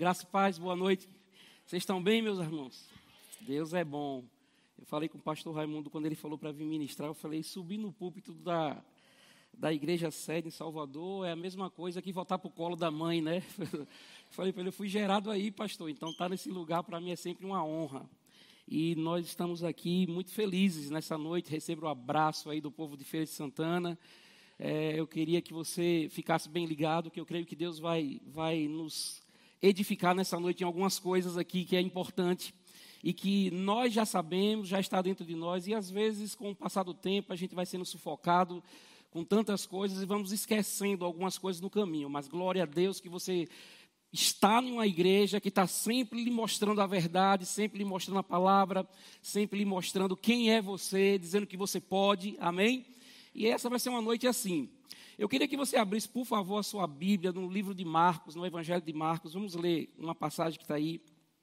Graça e paz, boa noite. Vocês estão bem, meus irmãos? Deus é bom. Eu falei com o pastor Raimundo, quando ele falou para vir ministrar, eu falei, subir no púlpito da igreja sede em Salvador é a mesma coisa que voltar para o colo da mãe, né? Eu falei para ele, eu fui gerado aí, pastor, então estar nesse lugar para mim é sempre uma honra. E nós estamos aqui muito felizes nessa noite, recebo o abraço aí do povo de Feira de Santana. Eu queria que você ficasse bem ligado, que eu creio que Deus vai nos edificar nessa noite em algumas coisas aqui que é importante e que nós já sabemos, já está dentro de nós, e às vezes, com o passar do tempo, a gente vai sendo sufocado com tantas coisas e vamos esquecendo algumas coisas no caminho. Mas glória a Deus que você está em uma igreja que está sempre lhe mostrando a verdade, sempre lhe mostrando a palavra, sempre lhe mostrando quem é você, dizendo que você pode, amém? E essa vai ser uma noite assim. Eu queria que você abrisse, por favor, a sua Bíblia no livro de Marcos, no Evangelho de Marcos. Vamos ler uma passagem que está aí.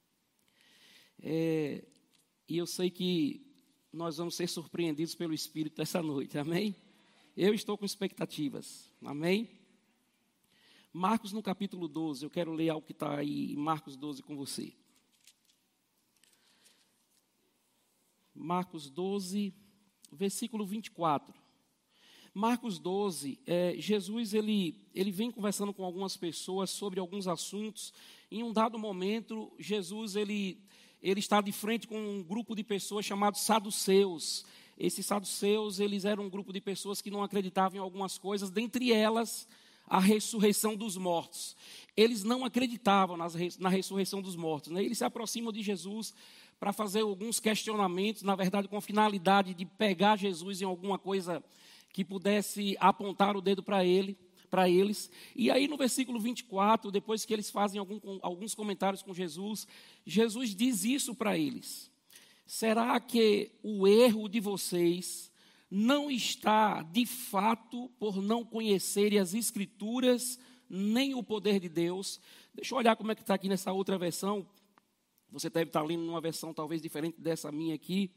E eu sei que nós vamos ser surpreendidos pelo Espírito essa noite, amém? Eu estou com expectativas, amém? Marcos no capítulo 12, eu quero ler algo que está aí em Marcos 12 com você. Marcos 12, versículo 24. Marcos 12, Jesus ele vem conversando com algumas pessoas sobre alguns assuntos. Em um dado momento, Jesus ele está de frente com um grupo de pessoas chamados saduceus. Esses saduceus, eles eram um grupo de pessoas que não acreditavam em algumas coisas, dentre elas a ressurreição dos mortos. Eles não acreditavam na ressurreição dos mortos, né? Eles se aproximam de Jesus para fazer alguns questionamentos, na verdade com a finalidade de pegar Jesus em alguma coisa que pudesse apontar o dedo para eles. E aí no versículo 24, depois que eles fazem alguns comentários com Jesus, Jesus diz isso para eles. Será que o erro de vocês não está, de fato, por não conhecerem as Escrituras, nem o poder de Deus? Deixa eu olhar como é que está aqui nessa outra versão. Você deve estar lendo numa versão talvez diferente dessa minha aqui.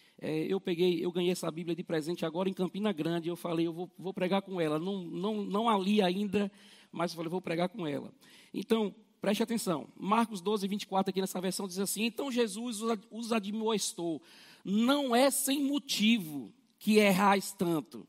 Eu ganhei essa Bíblia de presente agora em Campina Grande. Eu falei, eu vou pregar com ela. Não a li ainda, mas eu falei, vou pregar com ela. Então, preste atenção. Marcos 12, 24, aqui nessa versão, diz assim: então Jesus os admoestou. Não é sem motivo que errais tanto,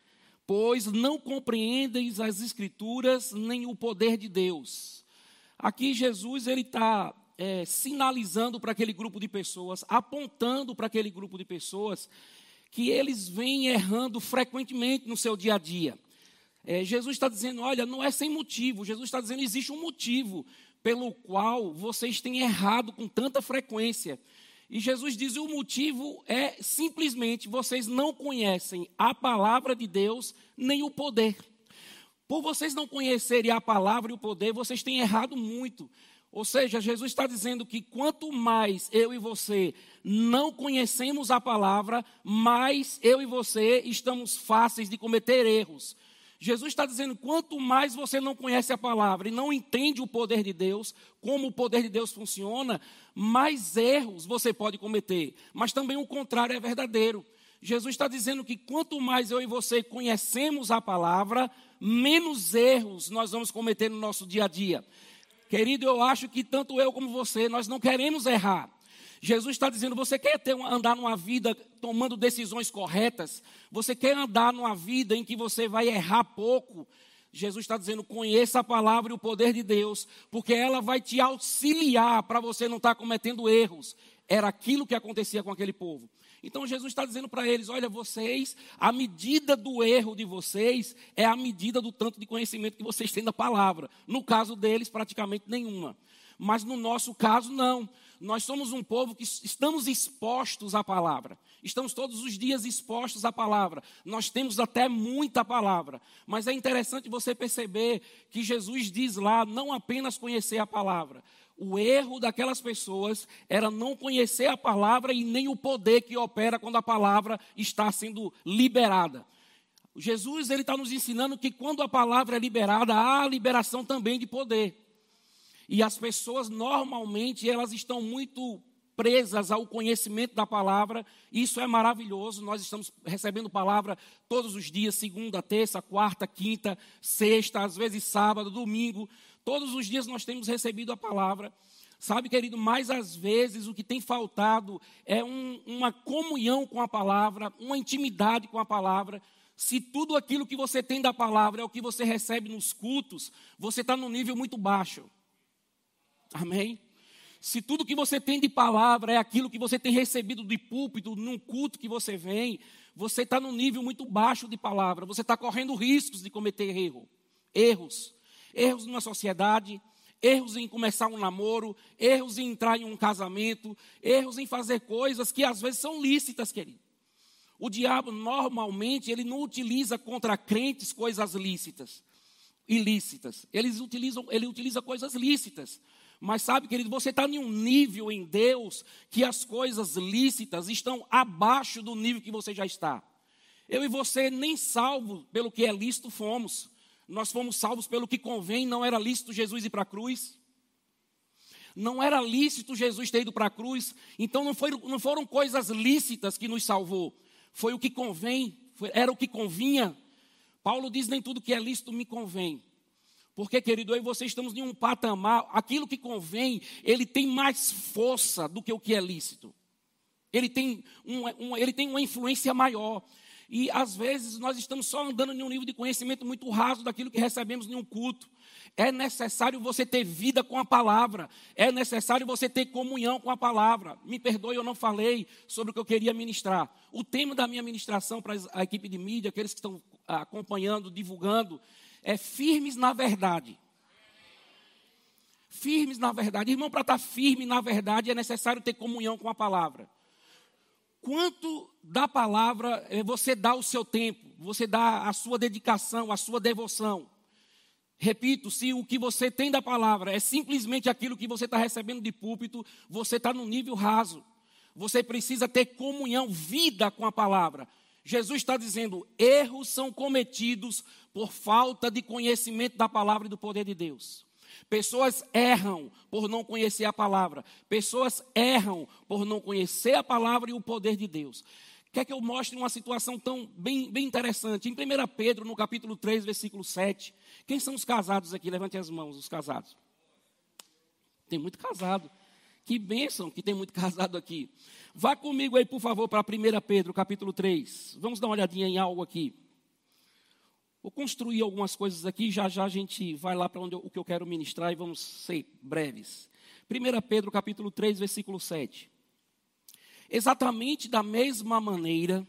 pois não compreendeis as Escrituras nem o poder de Deus. Aqui Jesus ele está sinalizando para aquele grupo de pessoas, apontando para aquele grupo de pessoas que eles vêm errando frequentemente no seu dia a dia. Jesus está dizendo, olha, não é sem motivo. Jesus está dizendo, existe um motivo pelo qual vocês têm errado com tanta frequência. E Jesus diz, o motivo é simplesmente vocês não conhecem a palavra de Deus nem o poder. Por vocês não conhecerem a palavra e o poder, vocês têm errado muito. Ou seja, Jesus está dizendo que quanto mais eu e você não conhecemos a palavra, mais eu e você estamos fáceis de cometer erros. Jesus está dizendo, quanto mais você não conhece a palavra e não entende o poder de Deus, como o poder de Deus funciona, mais erros você pode cometer. Mas também o contrário é verdadeiro. Jesus está dizendo que quanto mais eu e você conhecemos a palavra, menos erros nós vamos cometer no nosso dia a dia. Querido, eu acho que tanto eu como você, nós não queremos errar. Jesus está dizendo, você quer andar numa vida tomando decisões corretas? Você quer andar numa vida em que você vai errar pouco? Jesus está dizendo, conheça a palavra e o poder de Deus, porque ela vai te auxiliar para você não estar cometendo erros. Era aquilo que acontecia com aquele povo. Então Jesus está dizendo para eles, olha, vocês, a medida do erro de vocês é a medida do tanto de conhecimento que vocês têm da palavra. No caso deles, praticamente nenhuma. Mas no nosso caso, não. Nós somos um povo que estamos expostos à palavra. Estamos todos os dias expostos à palavra. Nós temos até muita palavra. Mas é interessante você perceber que Jesus diz lá, não apenas conhecer a palavra. O erro daquelas pessoas era não conhecer a palavra e nem o poder que opera quando a palavra está sendo liberada. Jesus está nos ensinando que quando a palavra é liberada, há liberação também de poder. E as pessoas normalmente elas estão muito presas ao conhecimento da palavra. Isso é maravilhoso. Nós estamos recebendo palavra todos os dias, segunda, terça, quarta, quinta, sexta, às vezes sábado, domingo. Todos os dias nós temos recebido a palavra. Sabe, querido, mas às vezes o que tem faltado é uma comunhão com a palavra, uma intimidade com a palavra. Se tudo aquilo que você tem da palavra é o que você recebe nos cultos, você está num nível muito baixo. Amém? Se tudo que você tem de palavra é aquilo que você tem recebido de púlpito, num culto que você vem, você está num nível muito baixo de palavra. Você está correndo riscos de cometer erros numa sociedade, erros em começar um namoro, erros em entrar em um casamento, erros em fazer coisas que às vezes são lícitas, querido. O diabo, normalmente, ele não utiliza contra crentes coisas ilícitas. Ele utiliza coisas lícitas. Mas sabe, querido, você está em um nível em Deus que as coisas lícitas estão abaixo do nível que você já está. Eu e você nem salvos pelo que é lícito fomos. Nós fomos salvos pelo que convém. Não era lícito Jesus ir para a cruz. Não era lícito Jesus ter ido para a cruz. Então não foram coisas lícitas que nos salvou. Foi o que convém, era o que convinha. Paulo diz, nem tudo que é lícito me convém. Porque, querido, eu e você estamos em um patamar, aquilo que convém, ele tem mais força do que o que é lícito. Ele tem uma influência maior. E, às vezes, nós estamos só andando em um nível de conhecimento muito raso daquilo que recebemos em um culto. É necessário você ter vida com a palavra. É necessário você ter comunhão com a palavra. Me perdoe, eu não falei sobre o que eu queria ministrar. O tema da minha ministração para a equipe de mídia, aqueles que estão acompanhando, divulgando, é firmes na verdade. Firmes na verdade. Irmão, para estar firme na verdade é necessário ter comunhão com a palavra. Quanto da palavra você dá o seu tempo, você dá a sua dedicação, a sua devoção. Repito, se o que você tem da palavra é simplesmente aquilo que você está recebendo de púlpito, você está no nível raso. Você precisa ter comunhão, vida com a palavra. Jesus está dizendo, erros são cometidos por falta de conhecimento da palavra e do poder de Deus. Pessoas erram por não conhecer a palavra. Pessoas erram por não conhecer a palavra e o poder de Deus. Quer que eu mostre uma situação tão bem interessante? Em 1 Pedro, no capítulo 3, versículo 7. Quem são os casados aqui? Levante as mãos, os casados. Tem muito casado. Que bênção que tem muito casado aqui. Vá comigo aí, por favor, para 1 Pedro, capítulo 3. Vamos dar uma olhadinha em algo aqui. Vou construir algumas coisas aqui, já a gente vai lá para o que eu quero ministrar e vamos ser breves. 1 Pedro, capítulo 3, versículo 7. Exatamente da mesma maneira,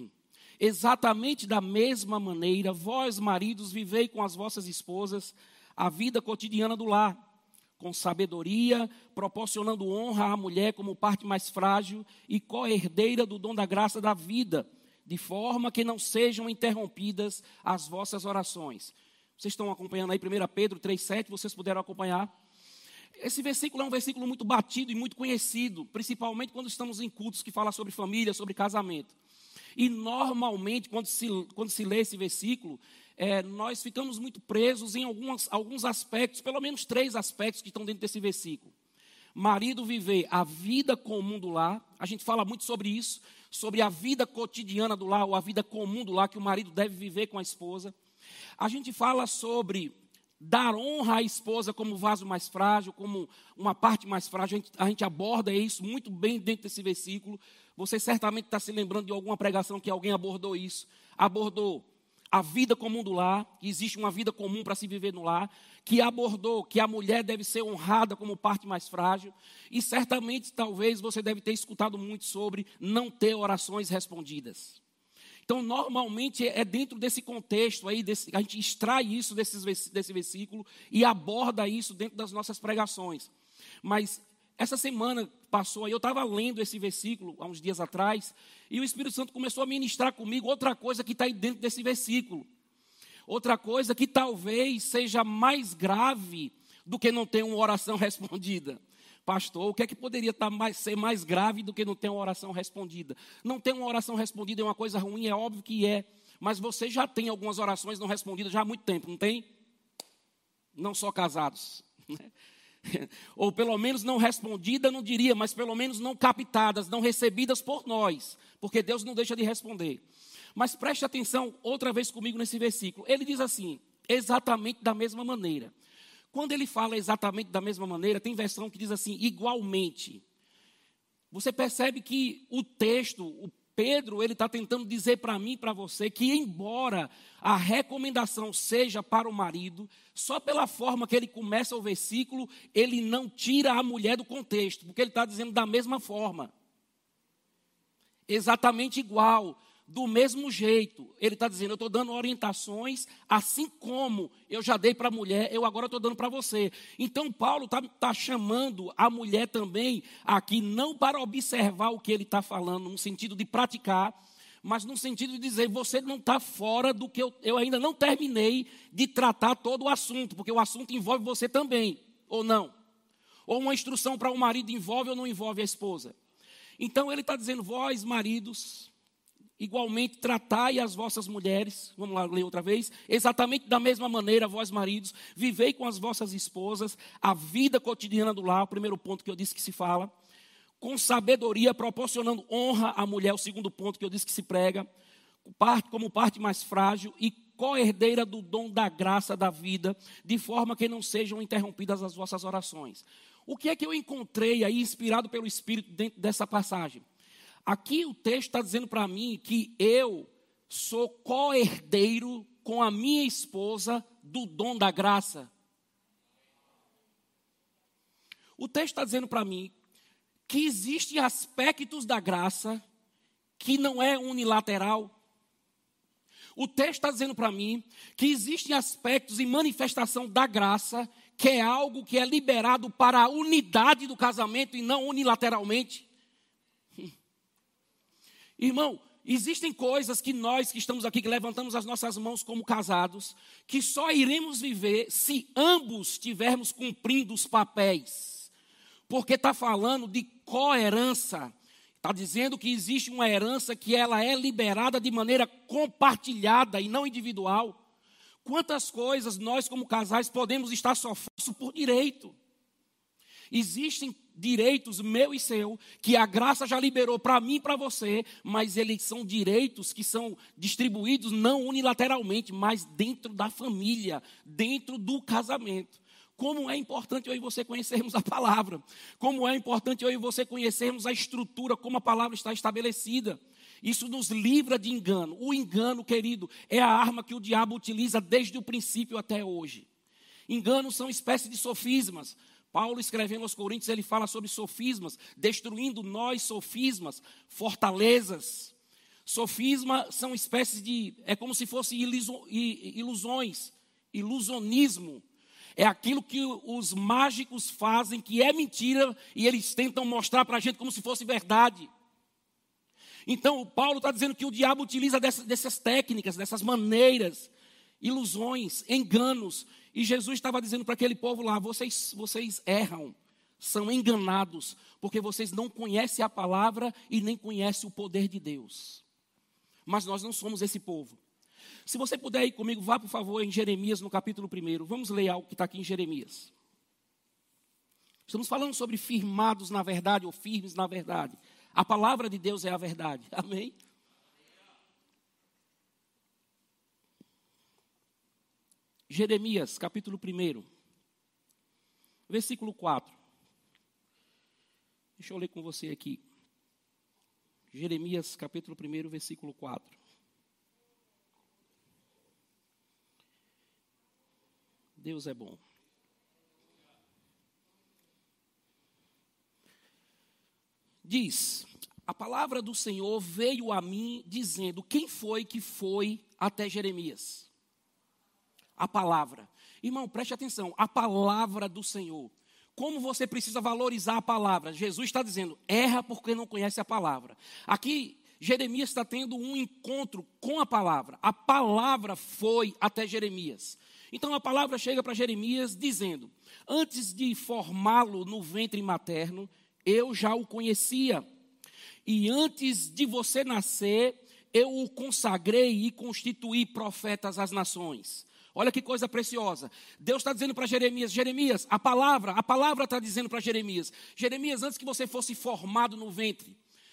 vós, maridos, vivei com as vossas esposas a vida cotidiana do lar, com sabedoria, proporcionando honra à mulher como parte mais frágil e co-herdeira do dom da graça da vida, de forma que não sejam interrompidas as vossas orações. Vocês estão acompanhando aí 1 Pedro 3,7, vocês puderam acompanhar? Esse versículo é um versículo muito batido e muito conhecido, principalmente quando estamos em cultos que falam sobre família, sobre casamento. E normalmente, quando se lê esse versículo, nós ficamos muito presos em alguns aspectos, pelo menos 3 aspectos que estão dentro desse versículo. Marido viver a vida comum do lar, a gente fala muito sobre isso, sobre a vida cotidiana do lar, ou a vida comum do lar, que o marido deve viver com a esposa. A gente fala sobre dar honra à esposa como vaso mais frágil, como uma parte mais frágil. A gente aborda isso muito bem dentro desse versículo. Você certamente está se lembrando de alguma pregação que alguém abordou isso. Abordou a vida comum do lar, que existe uma vida comum para se viver no lar, que abordou que a mulher deve ser honrada como parte mais frágil, e certamente, talvez, você deve ter escutado muito sobre não ter orações respondidas. Então, normalmente, é dentro desse contexto aí, a gente extrai isso desse versículo e aborda isso dentro das nossas pregações. Mas essa semana passou aí, eu estava lendo esse versículo há uns dias atrás, e o Espírito Santo começou a ministrar comigo outra coisa que está aí dentro desse versículo. Outra coisa que talvez seja mais grave do que não ter uma oração respondida. Pastor, o que é que poderia ser mais grave do que não ter uma oração respondida? Não ter uma oração respondida é uma coisa ruim, é óbvio que é. Mas você já tem algumas orações não respondidas já há muito tempo, não tem? Não só casados. Ou pelo menos não respondida, não diria, mas pelo menos não captadas, não recebidas por nós. Porque Deus não deixa de responder. Mas preste atenção outra vez comigo nesse versículo. Ele diz assim, exatamente da mesma maneira. Quando ele fala exatamente da mesma maneira, tem versão que diz assim, igualmente. Você percebe que o texto, o Pedro, ele está tentando dizer para mim e para você que, embora a recomendação seja para o marido, só pela forma que ele começa o versículo, ele não tira a mulher do contexto, porque ele está dizendo da mesma forma. Exatamente igual, do mesmo jeito. Ele está dizendo, eu estou dando orientações, assim como eu já dei para a mulher, eu agora estou dando para você. Então, Paulo está chamando a mulher também aqui, não para observar o que ele está falando, no sentido de praticar, mas no sentido de dizer, você não está fora do que eu ainda não terminei de tratar todo o assunto, porque o assunto envolve você também, ou não. Ou uma instrução para o marido envolve ou não envolve a esposa. Então, ele está dizendo, vós, maridos, igualmente tratai as vossas mulheres, vamos lá ler outra vez, exatamente da mesma maneira, vós, maridos, vivei com as vossas esposas, a vida cotidiana do lar, o primeiro ponto que eu disse que se fala, com sabedoria, proporcionando honra à mulher, o segundo ponto que eu disse que se prega, como parte mais frágil e co-herdeira do dom da graça da vida, de forma que não sejam interrompidas as vossas orações. O que é que eu encontrei aí, inspirado pelo Espírito, dentro dessa passagem? Aqui o texto está dizendo para mim que eu sou co-herdeiro com a minha esposa do dom da graça. O texto está dizendo para mim que existem aspectos da graça que não é unilateral. O texto está dizendo para mim que existem aspectos e manifestação da graça que é algo que é liberado para a unidade do casamento e não unilateralmente. Irmão, existem coisas que nós que estamos aqui, que levantamos as nossas mãos como casados, que só iremos viver se ambos estivermos cumprindo os papéis. Porque está falando de coherança. Está dizendo que existe uma herança que ela é liberada de maneira compartilhada e não individual. Quantas coisas nós como casais podemos estar sofrendo por direito? Existem direitos meu e seu, que a graça já liberou para mim e para você, mas eles são direitos que são distribuídos não unilateralmente, mas dentro da família, dentro do casamento. Como é importante eu e você conhecermos a palavra, como é importante eu e você conhecermos a estrutura, como a palavra está estabelecida. Isso nos livra de engano. O engano, querido, é a arma que o diabo utiliza desde o princípio até hoje. Enganos são espécies de sofismas. Paulo, escrevendo aos Coríntios, ele fala sobre sofismas, destruindo nós sofismas, fortalezas. Sofisma são espécies de, é como se fossem ilusões, ilusionismo. É aquilo que os mágicos fazem, que é mentira, e eles tentam mostrar para a gente como se fosse verdade. Então, Paulo está dizendo que o diabo utiliza dessas técnicas, dessas maneiras, ilusões, enganos. E Jesus estava dizendo para aquele povo lá, vocês erram, são enganados, porque vocês não conhecem a palavra e nem conhecem o poder de Deus. Mas nós não somos esse povo. Se você puder ir comigo, vá por favor em Jeremias no capítulo 1. Vamos ler algo que está aqui em Jeremias. Estamos falando sobre firmados na verdade ou firmes na verdade. A palavra de Deus é a verdade. Amém? Jeremias, capítulo 1, versículo 4. Deixa eu ler com você aqui. Jeremias, capítulo 1, versículo 4. Deus é bom. Diz, a palavra do Senhor veio a mim dizendo, quem foi que foi até Jeremias? A palavra. Irmão, preste atenção, a palavra do Senhor. Como você precisa valorizar a palavra? Jesus está dizendo, erra porque não conhece a palavra. Aqui, Jeremias está tendo um encontro com a palavra. A palavra foi até Jeremias. Então a palavra chega para Jeremias dizendo, antes de formá-lo no ventre materno, eu já o conhecia. E antes de você nascer, eu o consagrei e constituí profetas às nações. Olha que coisa preciosa. Deus está dizendo para Jeremias, Jeremias, a palavra está dizendo para Jeremias, Jeremias, antes que você fosse formado no ventre,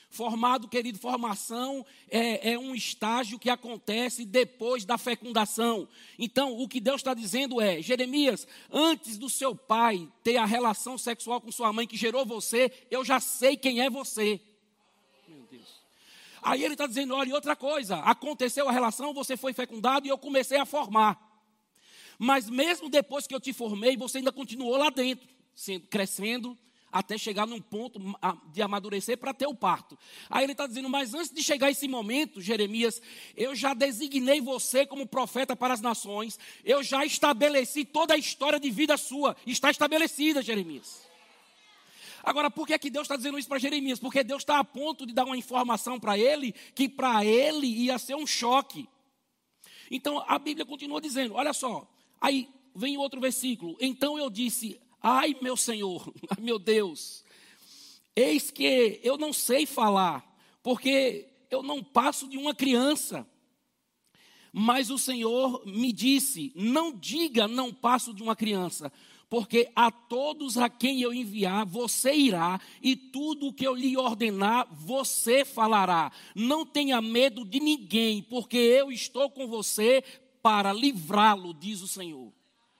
Formado, querido, formação é um estágio que acontece depois da fecundação. Então, o que Deus está dizendo é, Jeremias, antes do seu pai ter a relação sexual com sua mãe que gerou você, eu já sei quem é você. Meu Deus. Aí ele está dizendo, olha, e outra coisa, aconteceu a relação, você foi fecundado e eu comecei a formar. Mas mesmo depois que eu te formei, você ainda continuou lá dentro, crescendo, até chegar num ponto de amadurecer para ter o parto. Aí ele está dizendo, mas antes de chegar esse momento, Jeremias, eu já designei você como profeta para as nações, eu já estabeleci toda a história de vida sua, está estabelecida, Jeremias. Agora, por que é que Deus está dizendo isso para Jeremias? Porque Deus está a ponto de dar uma informação para ele, que para ele ia ser um choque. Então, a Bíblia continua dizendo, olha só, aí vem outro versículo, então eu disse, ai meu Senhor, meu Deus, eis que eu não sei falar, porque eu não passo de uma criança. Mas o Senhor me disse, não diga não passo de uma criança, porque a todos a quem eu enviar, você irá, e tudo o que eu lhe ordenar, você falará. Não tenha medo de ninguém, porque eu estou com você para livrá-lo, diz o Senhor.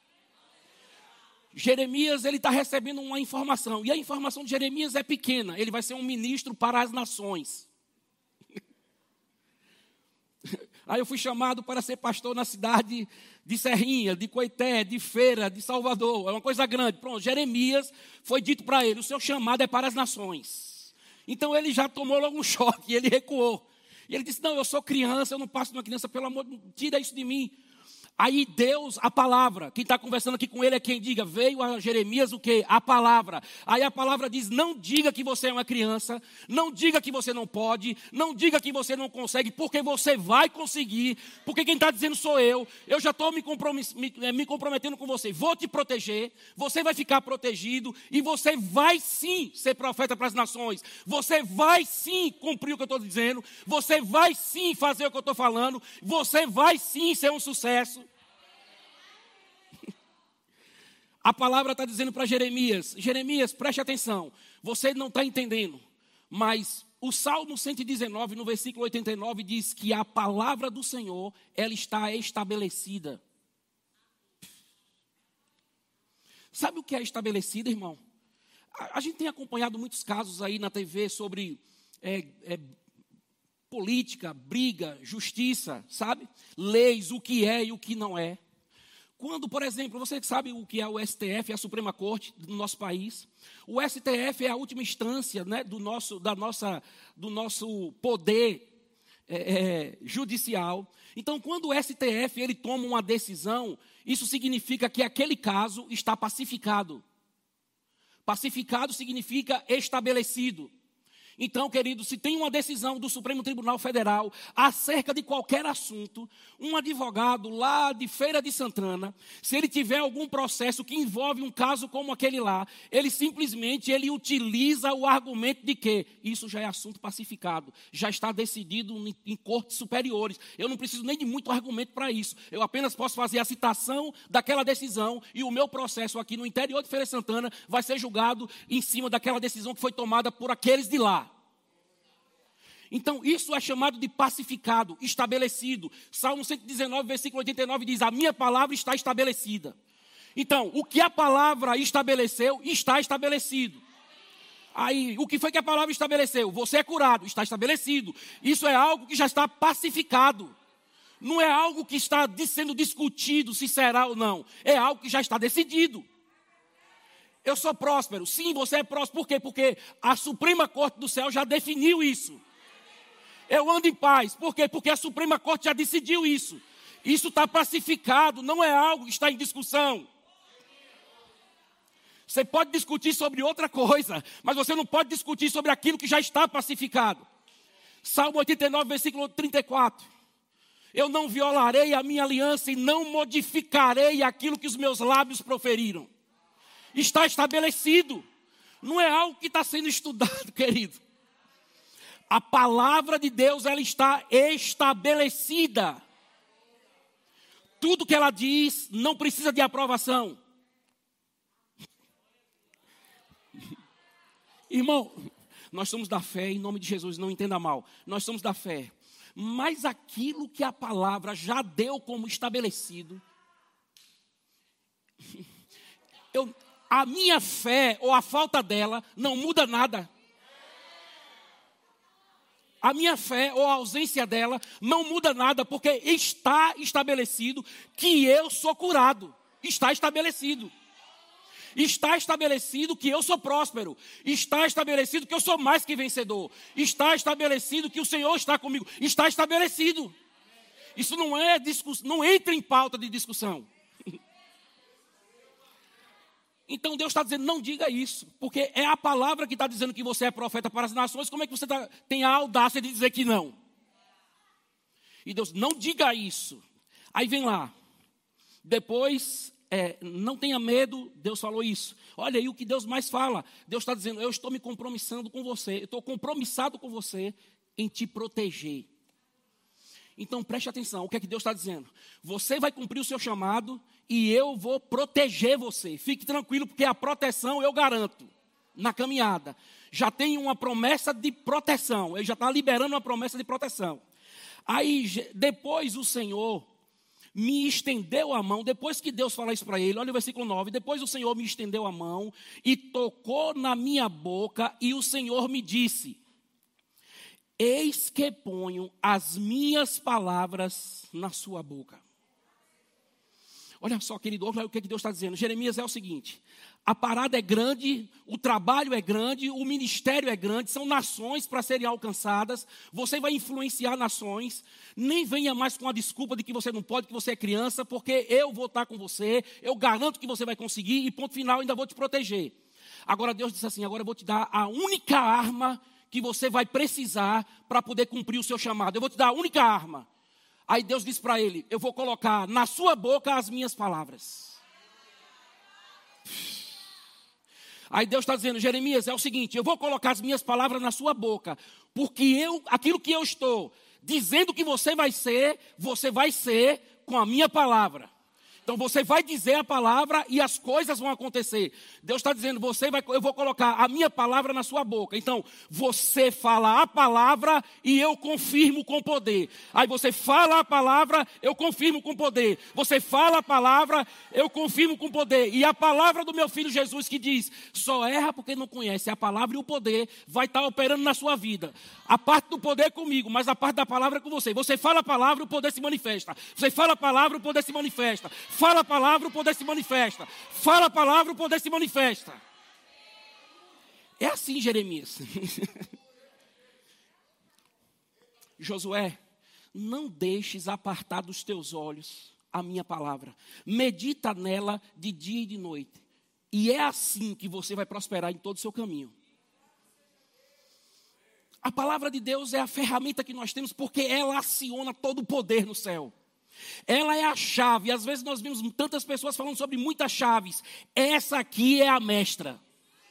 Jeremias, ele está recebendo uma informação, e a informação de Jeremias é pequena, ele vai ser um ministro para as nações. Aí eu fui chamado para ser pastor na cidade de Serrinha, de Coité, de Feira, de Salvador, é uma coisa grande. Pronto, Jeremias, foi dito para ele, o seu chamado é para as nações. Então ele já tomou logo um choque, ele recuou. E ele disse, não, eu sou criança, eu não passo de uma criança, pelo amor de Deus, tira isso de mim. Aí Deus, a palavra, quem está conversando aqui com ele é quem diga, veio a Jeremias o quê? A palavra. Aí a palavra diz, não diga que você é uma criança, não diga que você não pode, não diga que você não consegue, porque você vai conseguir, porque quem está dizendo sou eu já estou me comprometendo com você, vou te proteger, você vai ficar protegido e você vai sim ser profeta para as nações, você vai sim cumprir o que eu estou dizendo, você vai sim fazer o que eu estou falando, você vai sim ser um sucesso. A palavra está dizendo para Jeremias, Jeremias, preste atenção, você não está entendendo, mas o Salmo 119, no versículo 89, diz que a palavra do Senhor, ela está estabelecida. Sabe o que é estabelecida, irmão? A gente tem acompanhado muitos casos aí na TV sobre política, briga, justiça, sabe? Leis, o que é e o que não é. Quando, por exemplo, você sabe o que é o STF, a Suprema Corte do nosso país? O STF é a última instância, né, do nosso poder judicial. Então, quando o STF ele toma uma decisão, isso significa que aquele caso está pacificado. Pacificado significa estabelecido. Então, querido, se tem uma decisão do Supremo Tribunal Federal acerca de qualquer assunto, um advogado lá de Feira de Santana, se ele tiver algum processo que envolve um caso como aquele lá, ele simplesmente utiliza o argumento de que isso já é assunto pacificado, já está decidido em cortes superiores. Eu não preciso nem de muito argumento para isso. Eu apenas posso fazer a citação daquela decisão e o meu processo aqui no interior de Feira de Santana vai ser julgado em cima daquela decisão que foi tomada por aqueles de lá. Então, isso é chamado de pacificado, estabelecido. Salmo 119, versículo 89 diz, a minha palavra está estabelecida. Então, o que a palavra estabeleceu, está estabelecido. Aí, o que foi que a palavra estabeleceu? Você é curado, está estabelecido. Isso é algo que já está pacificado. Não é algo que está sendo discutido se será ou não. É algo que já está decidido. Eu sou próspero. Sim, você é próspero. Por quê? Porque a Suprema Corte do Céu já definiu isso. Eu ando em paz. Por quê? Porque a Suprema Corte já decidiu isso. Isso está pacificado, não é algo que está em discussão. Você pode discutir sobre outra coisa, mas você não pode discutir sobre aquilo que já está pacificado. Salmo 89, versículo 34. Eu não violarei a minha aliança e não modificarei aquilo que os meus lábios proferiram. Está estabelecido. Não é algo que está sendo estudado, querido. A palavra de Deus, ela está estabelecida. Tudo que ela diz não precisa de aprovação. Irmão, Nós somos da fé, em nome de Jesus, não entenda mal. Nós somos da fé. Mas aquilo que a palavra já deu como estabelecido, a minha fé ou a falta dela não muda nada. A minha fé ou a ausência dela não muda nada, porque está estabelecido que eu sou curado. Está estabelecido. Está estabelecido que eu sou próspero. Está estabelecido que eu sou mais que vencedor. Está estabelecido que o Senhor está comigo. Está estabelecido. Isso não é discussão, não entra em pauta de discussão. Então Deus está dizendo, não diga isso, porque é a palavra que está dizendo que você é profeta para as nações. Como é que você tem a audácia de dizer que não? E Deus, não diga isso. Aí vem lá, depois, não tenha medo, Deus falou isso. Olha aí o que Deus mais fala. Deus está dizendo, eu estou me compromissando com você, eu estou compromissado com você em te proteger. Então preste atenção, o que é que Deus está dizendo? Você vai cumprir o seu chamado e eu vou proteger você. Fique tranquilo, porque a proteção eu garanto na caminhada. Já tem uma promessa de proteção, ele já está liberando uma promessa de proteção. Aí depois o Senhor me estendeu a mão, depois que Deus fala isso para ele, olha o versículo 9, depois o Senhor me estendeu a mão e tocou na minha boca e o Senhor me disse, eis que ponho as minhas palavras na sua boca. Olha só, querido, olha o que Deus está dizendo. Jeremias, é o seguinte, a parada é grande, o trabalho é grande, o ministério é grande, são nações para serem alcançadas, você vai influenciar nações, nem venha mais com a desculpa de que você não pode, que você é criança, porque eu vou estar com você, eu garanto que você vai conseguir e ponto final, ainda vou te proteger. Agora Deus disse assim, agora eu vou te dar a única arma que você vai precisar para poder cumprir o seu chamado. Eu vou te dar a única arma. Aí Deus disse para ele, eu vou colocar na sua boca as minhas palavras. Aí Deus está dizendo, Jeremias, é o seguinte, eu vou colocar as minhas palavras na sua boca, porque aquilo que eu estou dizendo que você vai ser com a minha palavra. Então você vai dizer a palavra e as coisas vão acontecer. Deus está dizendo, eu vou colocar a minha palavra na sua boca. Então você fala a palavra e eu confirmo com poder. Aí você fala a palavra, eu confirmo com poder. Você fala a palavra, eu confirmo com poder. E a palavra do meu filho Jesus que diz, só erra porque não conhece a palavra e o poder vai estar operando na sua vida. A parte do poder é comigo, mas a parte da palavra é com você. Você fala a palavra, o poder se manifesta. Você fala a palavra, o poder se manifesta. Fala a palavra, o poder se manifesta. Fala a palavra, o poder se manifesta. É assim, Jeremias. Josué, não deixes apartar dos teus olhos a minha palavra. Medita nela de dia e de noite. E é assim que você vai prosperar em todo o seu caminho. A palavra de Deus é a ferramenta que nós temos porque ela aciona todo o poder no céu. Ela é a chave. Às vezes nós vimos tantas pessoas falando sobre muitas chaves. Essa aqui é a mestra.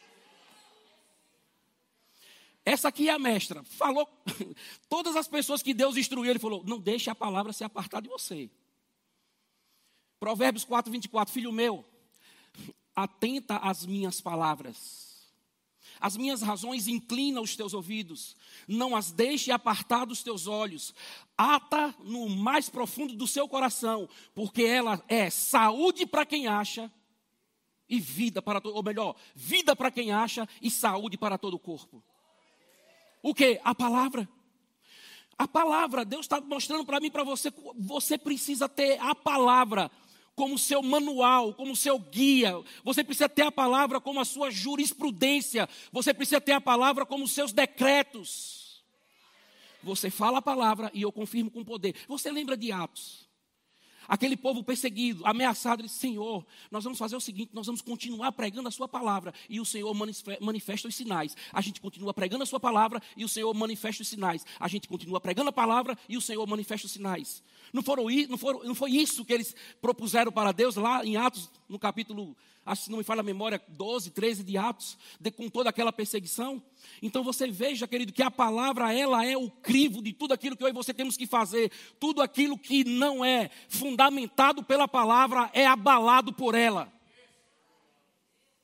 Essa aqui é a mestra. Falou, todas as pessoas que Deus instruiu, ele falou, não deixe a palavra se apartar de você. Provérbios 4, 24, filho meu, atenta às minhas palavras. As minhas razões inclina os teus ouvidos, não as deixe apartar dos teus olhos. Ata no mais profundo do seu coração, porque ela é saúde para quem acha e vida para todo, ou melhor, vida para quem acha e saúde para todo o corpo. O quê? A palavra. A palavra, Deus está mostrando para mim e para você, você precisa ter a palavra como seu manual, como seu guia. Você precisa ter a palavra como a sua jurisprudência. Você precisa ter a palavra como os seus decretos. Você fala a palavra e eu confirmo com poder. Você lembra de Atos? Aquele povo perseguido, ameaçado, ele disse, Senhor, nós vamos fazer o seguinte, nós vamos continuar pregando a sua palavra e o Senhor manifesta os sinais. A gente continua pregando a sua palavra e o Senhor manifesta os sinais. A gente continua pregando a palavra e o Senhor manifesta os sinais. Não foi isso que eles propuseram para Deus lá em Atos, no capítulo, acho que se não me falha a memória, 12, 13 de Atos, com toda aquela perseguição? Então você veja, querido, que a palavra, ela é o crivo de tudo aquilo que eu e você temos que fazer. Tudo aquilo que não é fundamentado pela palavra é abalado por ela.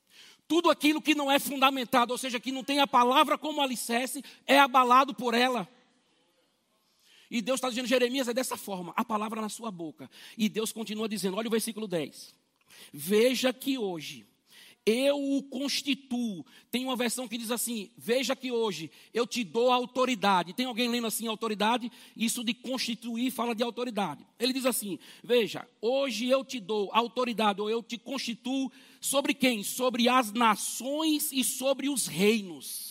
Tudo aquilo que não é fundamentado, ou seja, que não tem a palavra como alicerce, é abalado por ela. E Deus está dizendo, Jeremias, é dessa forma, a palavra na sua boca. E Deus continua dizendo, olha o versículo 10. Veja que hoje eu o constituo. Tem uma versão que diz assim, veja que hoje eu te dou autoridade. Tem alguém lendo assim, autoridade? Isso de constituir fala de autoridade. Ele diz assim, veja, hoje eu te dou autoridade, ou eu te constituo sobre quem? Sobre as nações e sobre os reinos.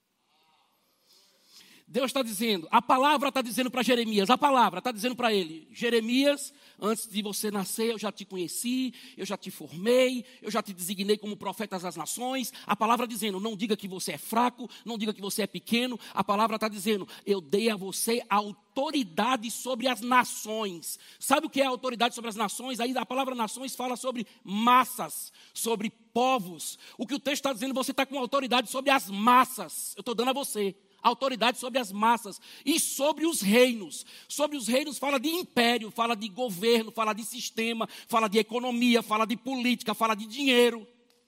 Deus está dizendo, a palavra está dizendo para Jeremias, a palavra está dizendo para ele, Jeremias, antes de você nascer eu já te conheci, eu já te formei, eu já te designei como profeta das nações. A palavra dizendo, não diga que você é fraco, não diga que você é pequeno. A palavra está dizendo, eu dei a você autoridade sobre as nações. Sabe o que é autoridade sobre as nações? Aí a palavra nações fala sobre massas, sobre povos. O que o texto está dizendo, você está com autoridade sobre as massas. Eu estou dando a você autoridade sobre as massas e sobre os reinos. Sobre os reinos fala de império, fala de governo, fala de sistema, fala de economia, fala de política, fala de dinheiro.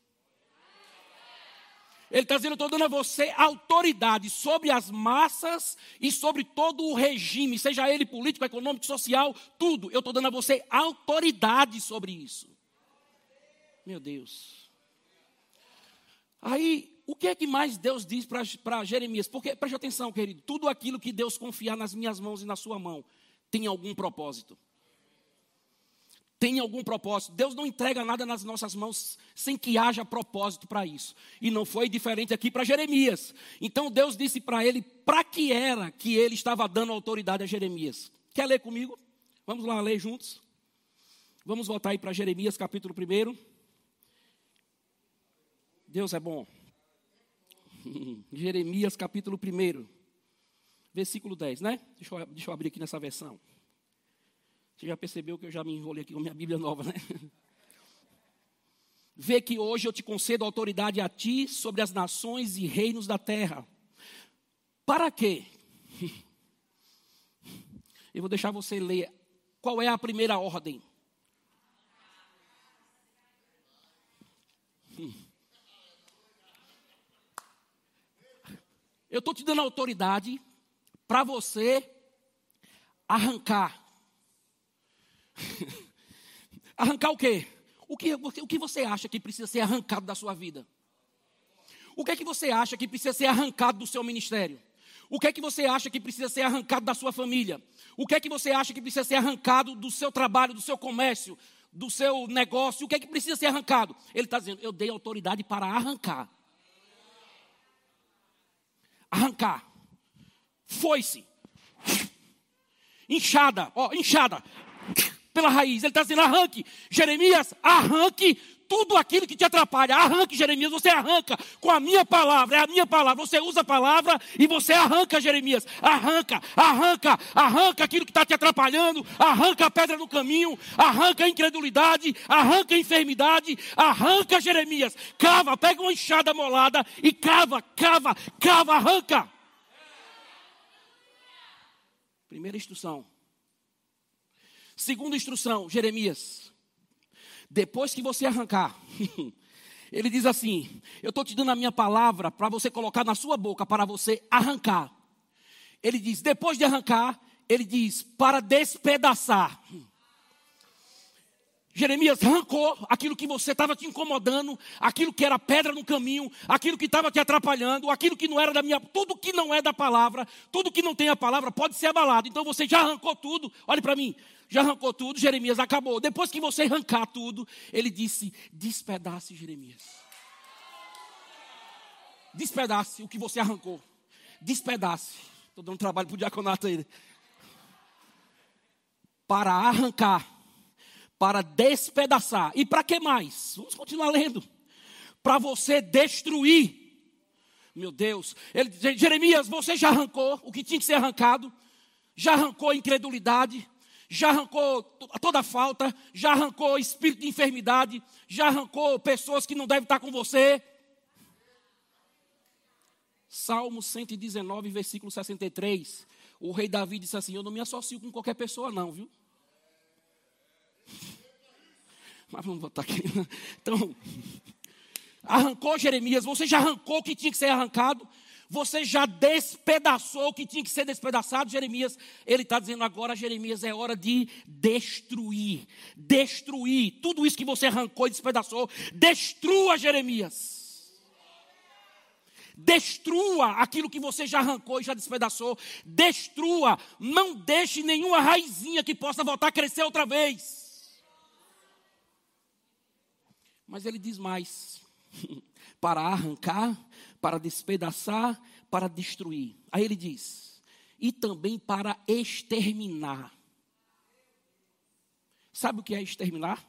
Ele está dizendo, eu estou dando a você autoridade sobre as massas e sobre todo o regime, seja ele político, econômico, social, tudo. Eu estou dando a você autoridade sobre isso. Meu Deus. Aí, o que é que mais Deus diz para Jeremias? Porque, preste atenção, querido, tudo aquilo que Deus confiar nas minhas mãos e na sua mão, tem algum propósito. Tem algum propósito. Deus não entrega nada nas nossas mãos sem que haja propósito para isso. E não foi diferente aqui para Jeremias. Então Deus disse para ele, para que era que ele estava dando autoridade a Jeremias. Quer ler comigo? Vamos lá ler juntos? Vamos voltar aí para Jeremias capítulo 1. Deus é bom. Jeremias capítulo 1, versículo 10, né? Deixa eu abrir aqui nessa versão. Você já percebeu que eu já me enrolei aqui com a minha Bíblia nova, né? Vê que hoje eu te concedo autoridade a ti sobre as nações e reinos da terra. Para quê? Eu vou deixar você ler. Qual é a primeira ordem? Eu estou te dando autoridade para você arrancar. Arrancar o quê? O que você acha que precisa ser arrancado da sua vida? O que é que você acha que precisa ser arrancado do seu ministério? O que é que você acha que precisa ser arrancado da sua família? O que é que você acha que precisa ser arrancado do seu trabalho, do seu comércio, do seu negócio? O que é que precisa ser arrancado? Ele está dizendo, eu dei autoridade para arrancar. Arrancar. Foi-se. Inchada, inchada. Pela raiz. Ele está dizendo, arranque. Jeremias, arranque tudo aquilo que te atrapalha. Arranque, Jeremias, você arranca com a minha palavra. É a minha palavra. Você usa a palavra e você arranca, Jeremias. Arranca, arranca, arranca aquilo que está te atrapalhando. Arranca a pedra no caminho. Arranca a incredulidade. Arranca a enfermidade. Arranca, Jeremias. Cava, pega uma enxada molada e cava, cava, cava, arranca. Primeira instrução. Segunda instrução, Jeremias. Depois que você arrancar, ele diz assim, eu estou te dando a minha palavra para você colocar na sua boca, para você arrancar. Ele diz, depois de arrancar, ele diz, para despedaçar. Jeremias arrancou aquilo que você estava te incomodando, aquilo que era pedra no caminho, aquilo que estava te atrapalhando, aquilo que não era da minha, tudo que não é da palavra, tudo que não tem a palavra pode ser abalado. Então você já arrancou tudo, olhe para mim, já arrancou tudo, Jeremias, acabou. Depois que você arrancar tudo, ele disse, despedace, Jeremias. Despedace o que você arrancou. Despedace. Estou dando trabalho para o diaconato aí. Para arrancar. Para despedaçar. E para que mais? Vamos continuar lendo. Para você destruir. Meu Deus. Ele diz, Jeremias, você já arrancou o que tinha que ser arrancado. Já arrancou a incredulidade. Já arrancou toda a falta. Já arrancou espírito de enfermidade. Já arrancou pessoas que não devem estar com você. Salmo 119, versículo 63. O rei Davi disse assim, eu não me associo com qualquer pessoa não, viu? Mas vamos botar aqui. Então, arrancou Jeremias, você já arrancou o que tinha que ser arrancado, você já despedaçou o que tinha que ser despedaçado. Jeremias, ele está dizendo agora, Jeremias, é hora de destruir tudo isso que você arrancou e despedaçou. Destrua, Jeremias. Destrua aquilo que você já arrancou e já despedaçou. Destrua, não deixe nenhuma raizinha que possa voltar a crescer outra vez. Mas ele diz mais, para arrancar, para despedaçar, para destruir. Aí ele diz, e também para exterminar. Sabe o que é exterminar?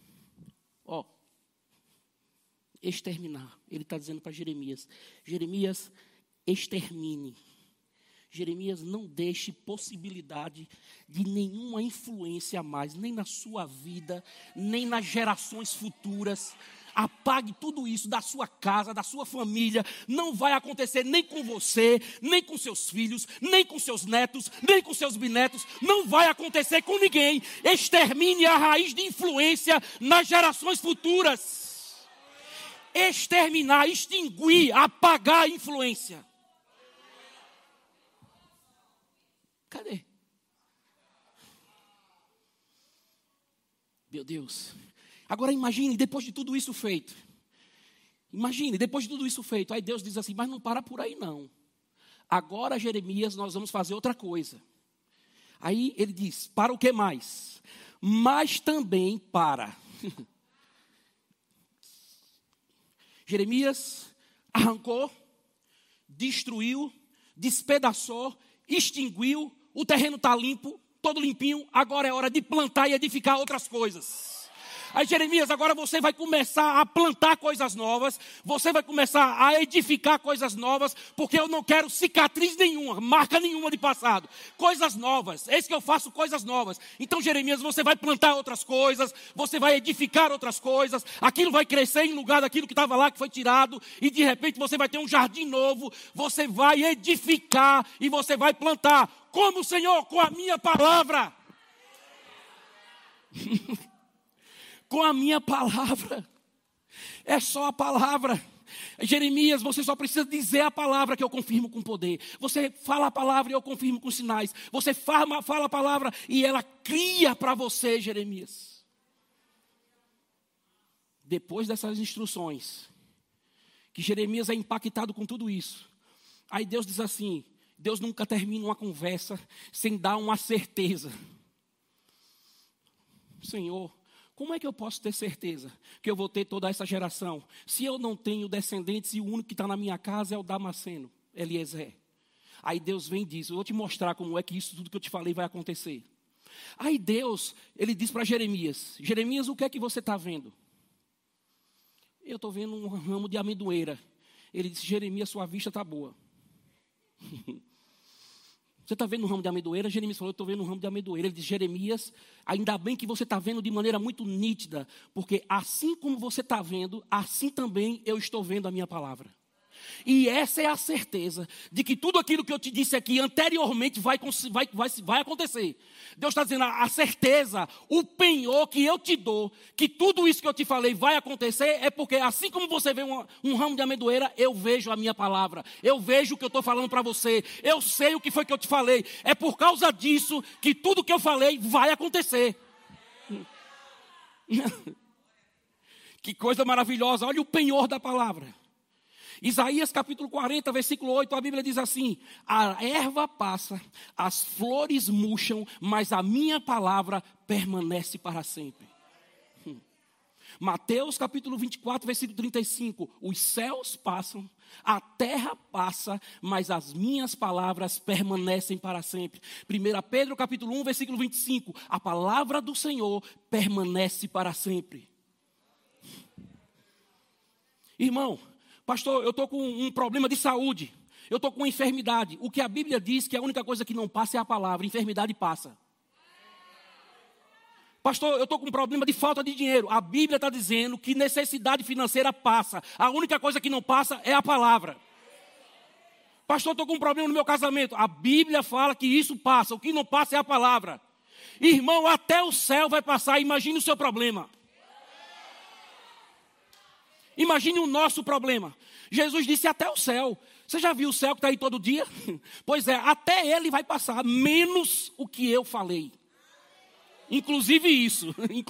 Exterminar. Ele está dizendo para Jeremias, Jeremias, extermine. Jeremias, não deixe possibilidade de nenhuma influência a mais, nem na sua vida, nem nas gerações futuras. Apague tudo isso da sua casa, da sua família. Não vai acontecer nem com você, nem com seus filhos, nem com seus netos, nem com seus bisnetos. Não vai acontecer com ninguém. Extermine a raiz de influência nas gerações futuras. Exterminar, extinguir, apagar a influência. Cadê? Meu Deus. Agora imagine, depois de tudo isso feito. Aí Deus diz assim, mas não para por aí não. Agora, Jeremias, nós vamos fazer outra coisa. Aí ele diz, para o que mais? Mas também para. Jeremias arrancou, destruiu, despedaçou, extinguiu, o terreno está limpo, todo limpinho, agora é hora de plantar e edificar outras coisas. Aí Jeremias, agora você vai começar a plantar coisas novas, você vai começar a edificar coisas novas, porque eu não quero cicatriz nenhuma, marca nenhuma de passado. Coisas novas, eis que eu faço coisas novas. Então Jeremias, você vai plantar outras coisas, você vai edificar outras coisas, aquilo vai crescer em lugar daquilo que estava lá, que foi tirado, e de repente você vai ter um jardim novo, você vai edificar e você vai plantar. Como, Senhor? Com a minha palavra. Com a minha palavra. É só a palavra. Jeremias, você só precisa dizer a palavra que eu confirmo com poder. Você fala a palavra e eu confirmo com sinais. Você fala a palavra e ela cria para você, Jeremias. Depois dessas instruções, que Jeremias é impactado com tudo isso. Aí Deus diz assim, Deus nunca termina uma conversa sem dar uma certeza. Senhor, como é que eu posso ter certeza que eu vou ter toda essa geração? Se eu não tenho descendentes e o único que está na minha casa é o Damasceno, Eliezer. Aí Deus vem e diz, eu vou te mostrar como é que isso tudo que eu te falei vai acontecer. Aí Deus, ele diz para Jeremias, Jeremias, o que é que você está vendo? Eu estou vendo um ramo de amendoeira. Ele disse, Jeremias, sua vista está boa. Você está vendo um ramo de amendoeira? Jeremias falou, eu estou vendo um ramo de amendoeira. Ele disse, Jeremias, ainda bem que você está vendo de maneira muito nítida, porque assim como você está vendo, assim também eu estou vendo a minha palavra. E essa é a certeza de que tudo aquilo que eu te disse aqui anteriormente vai acontecer. Deus está dizendo, a certeza, o penhor que eu te dou, que tudo isso que eu te falei vai acontecer, é porque assim como você vê um ramo de amendoeira, eu vejo a minha palavra, eu vejo o que eu estou falando para você, eu sei o que foi que eu te falei. É por causa disso que tudo que eu falei vai acontecer. Que coisa maravilhosa, olha o penhor da palavra. Isaías capítulo 40, versículo 8, a Bíblia diz assim, a erva passa, as flores murcham, mas a minha palavra permanece para sempre. Mateus capítulo 24, versículo 35, os céus passam, a terra passa, mas as minhas palavras permanecem para sempre. 1 Pedro capítulo 1, versículo 25, a palavra do Senhor permanece para sempre. Irmão, pastor, eu estou com um problema de saúde, eu estou com uma enfermidade. O que a Bíblia diz que a única coisa que não passa é a palavra, enfermidade passa. Pastor, eu estou com um problema de falta de dinheiro. A Bíblia está dizendo que necessidade financeira passa. A única coisa que não passa é a palavra. Pastor, eu estou com um problema no meu casamento. A Bíblia fala que isso passa, o que não passa é a palavra. Irmão, até o céu vai passar, imagine o seu problema. Imagine o nosso problema. Jesus disse até o céu. Você já viu o céu que está aí todo dia? Pois é, até ele vai passar, menos o que eu falei. Inclusive isso.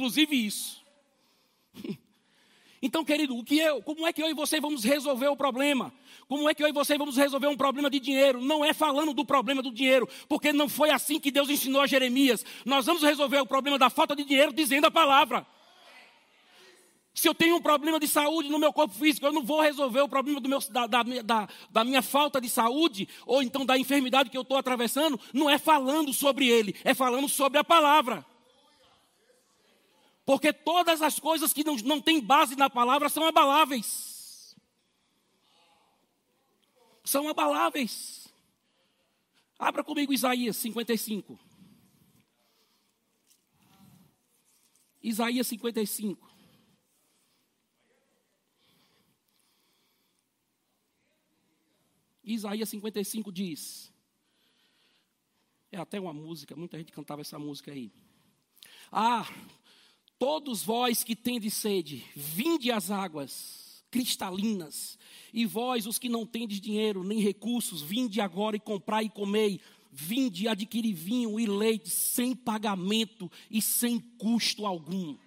Então, querido, como é que eu e você vamos resolver o problema? Como é que eu e você vamos resolver um problema de dinheiro? Não é falando do problema do dinheiro, porque não foi assim que Deus ensinou a Jeremias. Nós vamos resolver o problema da falta de dinheiro dizendo a palavra. Se eu tenho um problema de saúde no meu corpo físico, eu não vou resolver o problema da minha falta de saúde, ou então da enfermidade que eu estou atravessando, não é falando sobre ele, é falando sobre a palavra. Porque todas as coisas que não têm base na palavra são abaláveis. São abaláveis. Abra comigo Isaías 55. Isaías 55. Isaías 55 diz, é até uma música, muita gente cantava essa música aí. Todos vós que tendes sede, vinde às águas cristalinas, e vós os que não tendes dinheiro nem recursos, vinde agora e comprai e comei, vinde adquirir vinho e leite sem pagamento e sem custo algum.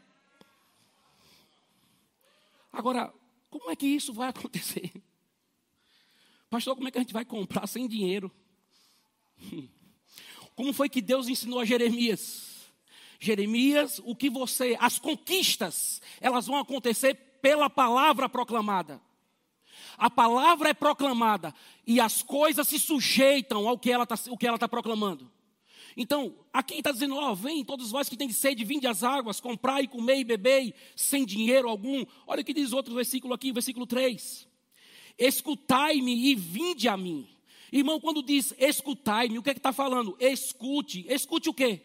Agora, como é que isso vai acontecer? Pastor, como é que a gente vai comprar sem dinheiro? Como foi que Deus ensinou a Jeremias? Jeremias, as conquistas, elas vão acontecer pela palavra proclamada. A palavra é proclamada e as coisas se sujeitam ao que ela está proclamando. Então, aqui está dizendo, vem todos vós que têm sede, vinde às águas, comprai, comei e bebei, sem dinheiro algum. Olha o que diz outro versículo aqui, versículo 3. Escutai-me e vinde a mim. Irmão, quando diz escutai-me, o que é que está falando? Escute o quê?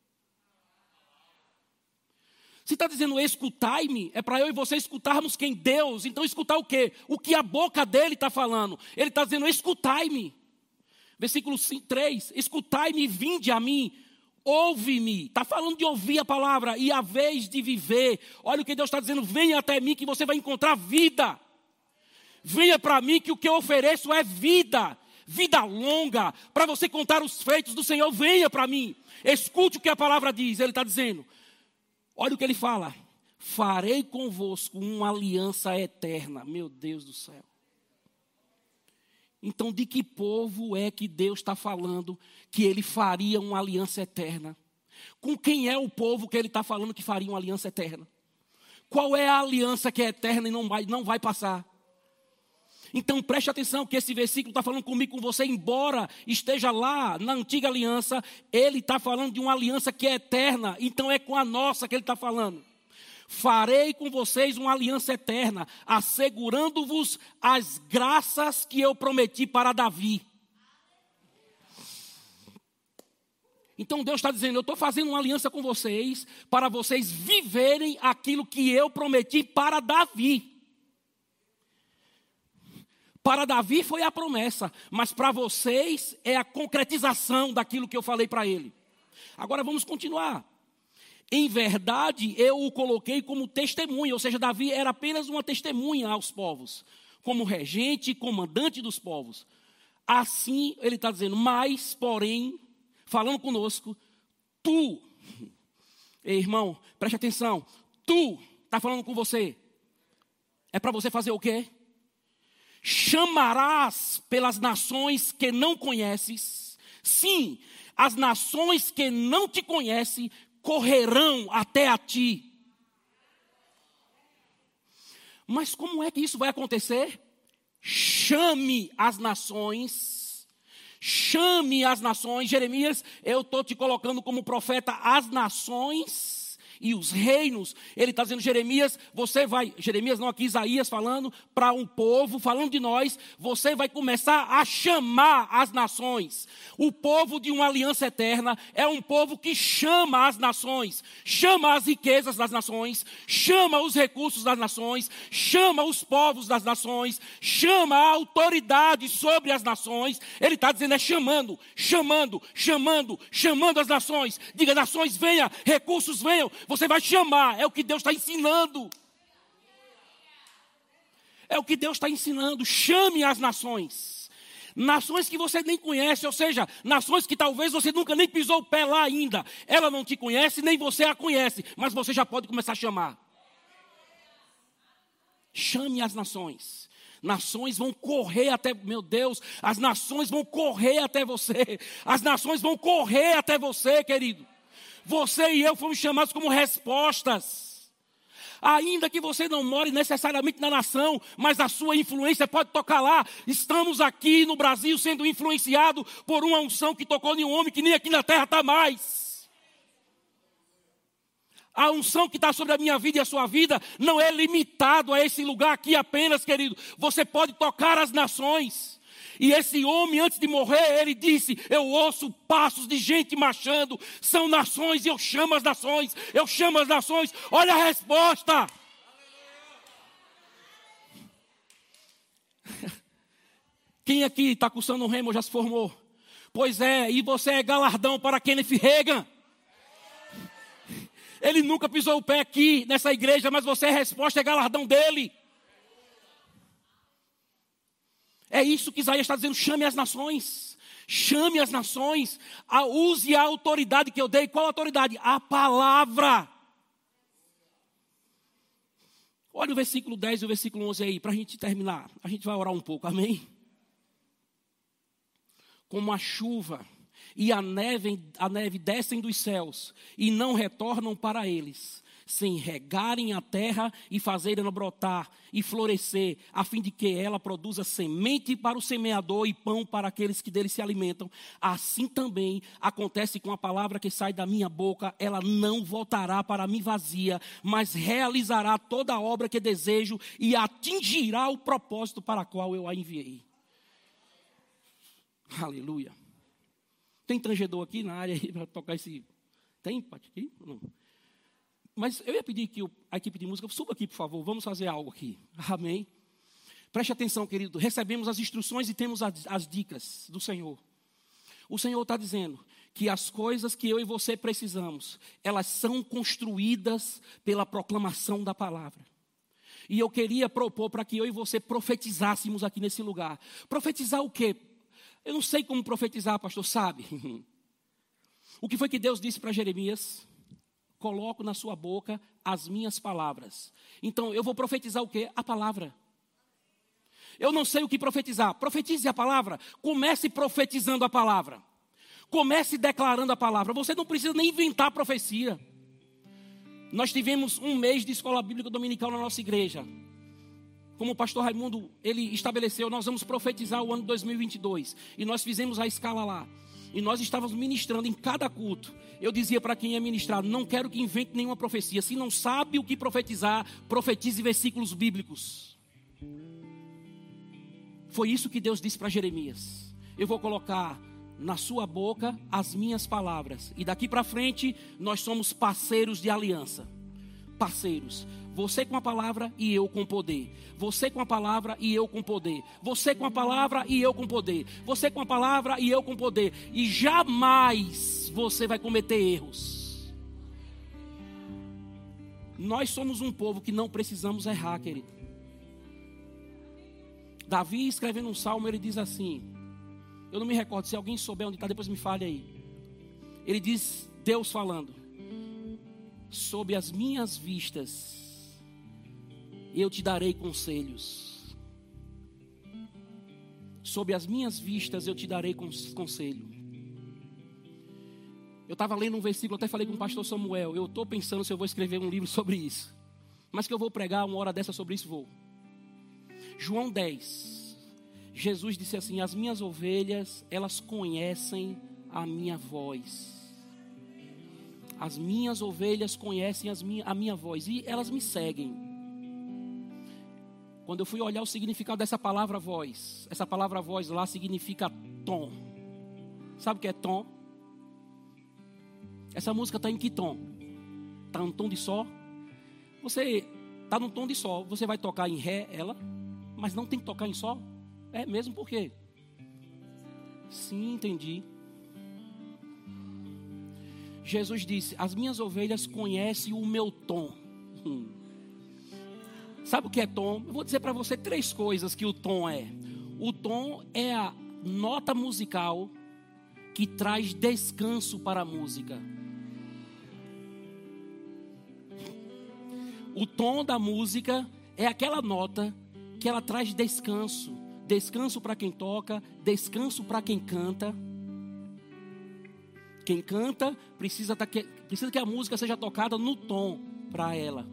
Se está dizendo escutai-me, é para eu e você escutarmos quem? Deus. Então escutar o quê? O que a boca dele está falando. Ele está dizendo escutai-me. Versículo 3, escutai-me e vinde a mim. Ouve-me. Está falando de ouvir a palavra e a vez de viver. Olha o que Deus está dizendo, venha até mim que você vai encontrar vida. Venha para mim que o que eu ofereço é vida. Vida longa, para você contar os feitos do Senhor, venha para mim. Escute o que a palavra diz, ele está dizendo. Olha o que ele fala. Farei convosco uma aliança eterna. Meu Deus do céu. Então, de que povo é que Deus está falando que ele faria uma aliança eterna? Com quem é o povo que ele está falando que faria uma aliança eterna? Qual é a aliança que é eterna e não vai passar? Então preste atenção que esse versículo está falando comigo, com você, embora esteja lá na antiga aliança, ele está falando de uma aliança que é eterna, então é com a nossa que ele está falando. Farei com vocês uma aliança eterna, assegurando-vos as graças que eu prometi para Davi. Então Deus está dizendo, eu estou fazendo uma aliança com vocês, para vocês viverem aquilo que eu prometi para Davi. Para Davi foi a promessa, mas para vocês é a concretização daquilo que eu falei para ele. Agora vamos continuar. Em verdade, eu o coloquei como testemunha, ou seja, Davi era apenas uma testemunha aos povos, como regente e comandante dos povos. Assim, ele está dizendo, mas, porém, falando conosco, tu, irmão, preste atenção, tu, está falando com você, é para você fazer o quê? Chamarás pelas nações que não conheces. Sim, as nações que não te conhecem correrão até a ti. Mas como é que isso vai acontecer? Chame as nações. Chame as nações. Jeremias, eu estou te colocando como profeta as nações e os reinos. Ele está dizendo, Jeremias, você vai, Jeremias não, aqui Isaías falando para um povo, falando de nós, você vai começar a chamar as nações. O povo de uma aliança eterna é um povo que chama as nações, chama as riquezas das nações, chama os recursos das nações, chama os povos das nações, chama a autoridade sobre as nações. Ele está dizendo, é chamando, chamando, chamando, chamando as nações. Diga, nações venham, recursos venham. Você vai chamar, é o que Deus está ensinando. É o que Deus está ensinando. Chame as nações. Nações que você nem conhece, ou seja, nações que talvez você nunca nem pisou o pé lá ainda. Ela não te conhece, nem você a conhece, mas você já pode começar a chamar. Chame as nações. Nações vão correr até, meu Deus, as nações vão correr até você. As nações vão correr até você, querido. Você e eu fomos chamados como respostas. Ainda que você não more necessariamente na nação, mas a sua influência pode tocar lá. Estamos aqui no Brasil sendo influenciados por uma unção que tocou em um homem que nem aqui na terra está mais. A unção que está sobre a minha vida e a sua vida não é limitado a esse lugar aqui apenas, querido. Você pode tocar as nações. E esse homem, antes de morrer, ele disse: eu ouço passos de gente marchando, são nações, e eu chamo as nações, eu chamo as nações. Olha a resposta. Quem aqui está cursando um remo já se formou? Pois é, e você é galardão para Kenneth Hagin. Ele nunca pisou o pé aqui nessa igreja, mas você é resposta, é galardão dele. É isso que Isaías está dizendo, chame as nações. Chame as nações. Use a autoridade que eu dei. Qual autoridade? A palavra. Olha o versículo 10 e o versículo 11 aí, para a gente terminar. A gente vai orar um pouco, amém? Como a chuva e a neve descem dos céus e não retornam para eles, sem regarem a terra e fazerem-na brotar e florescer, a fim de que ela produza semente para o semeador e pão para aqueles que dele se alimentam. Assim também acontece com a palavra que sai da minha boca. Ela não voltará para mim vazia, mas realizará toda a obra que desejo e atingirá o propósito para o qual eu a enviei. Aleluia. Tem tangedor aqui na área para tocar esse... Tem, Pati, aqui? Não. Mas eu ia pedir que a equipe de música suba aqui, por favor. Vamos fazer algo aqui. Amém? Preste atenção, querido. Recebemos as instruções e temos as dicas do Senhor. O Senhor está dizendo que as coisas que eu e você precisamos, elas são construídas pela proclamação da palavra. E eu queria propor para que eu e você profetizássemos aqui nesse lugar. Profetizar o quê? Eu não sei como profetizar, pastor, sabe? O que foi que Deus disse para Jeremias? Coloco na sua boca as minhas palavras. Então, eu vou profetizar o quê? A palavra. Eu não sei o que profetizar. Profetize a palavra. Comece profetizando a palavra. Comece declarando a palavra. Você não precisa nem inventar profecia. Nós tivemos um mês de escola bíblica dominical na nossa igreja. Como o pastor Raimundo, ele estabeleceu, nós vamos profetizar o ano 2022. E nós fizemos a escala lá. E nós estávamos ministrando em cada culto. Eu dizia para quem ia ministrar: não quero que invente nenhuma profecia. Se não sabe o que profetizar, profetize versículos bíblicos. Foi isso que Deus disse para Jeremias. Eu vou colocar na sua boca as minhas palavras. E daqui para frente, nós somos parceiros de aliança. Parceiros. Você com a palavra e eu com poder. Você com a palavra e eu com poder. Você com a palavra e eu com poder. Você com a palavra e eu com poder. E jamais você vai cometer erros. Nós somos um povo que não precisamos errar, querido. Davi, escrevendo um salmo, ele diz assim, eu não me recordo, se alguém souber onde está, depois me fale aí. Ele diz, Deus falando: sob as minhas vistas eu te darei conselhos. Sob as minhas vistas eu te darei conselho. Eu estava lendo um versículo, até falei com o pastor Samuel, eu estou pensando se eu vou escrever um livro sobre isso. Mas que eu vou pregar uma hora dessa sobre isso, vou. João 10. Jesus disse assim: as minhas ovelhas, elas conhecem a minha voz. As minhas ovelhas conhecem a minha voz e elas me seguem. Quando eu fui olhar o significado dessa palavra voz, essa palavra voz lá significa tom. Sabe o que é tom? Essa música está em que tom? Está no tom de sol? Você está no tom de sol, você vai tocar em ré ela, mas não tem que tocar em sol? É mesmo, por quê? Sim, entendi. Jesus disse: as minhas ovelhas conhecem o meu tom. Sabe o que é tom? Eu vou dizer para você 3 coisas que o tom é. O tom é a nota musical que traz descanso para a música. O tom da música é aquela nota que ela traz descanso. Descanso para quem toca, descanso para quem canta. Quem canta precisa que a música seja tocada no tom para ela.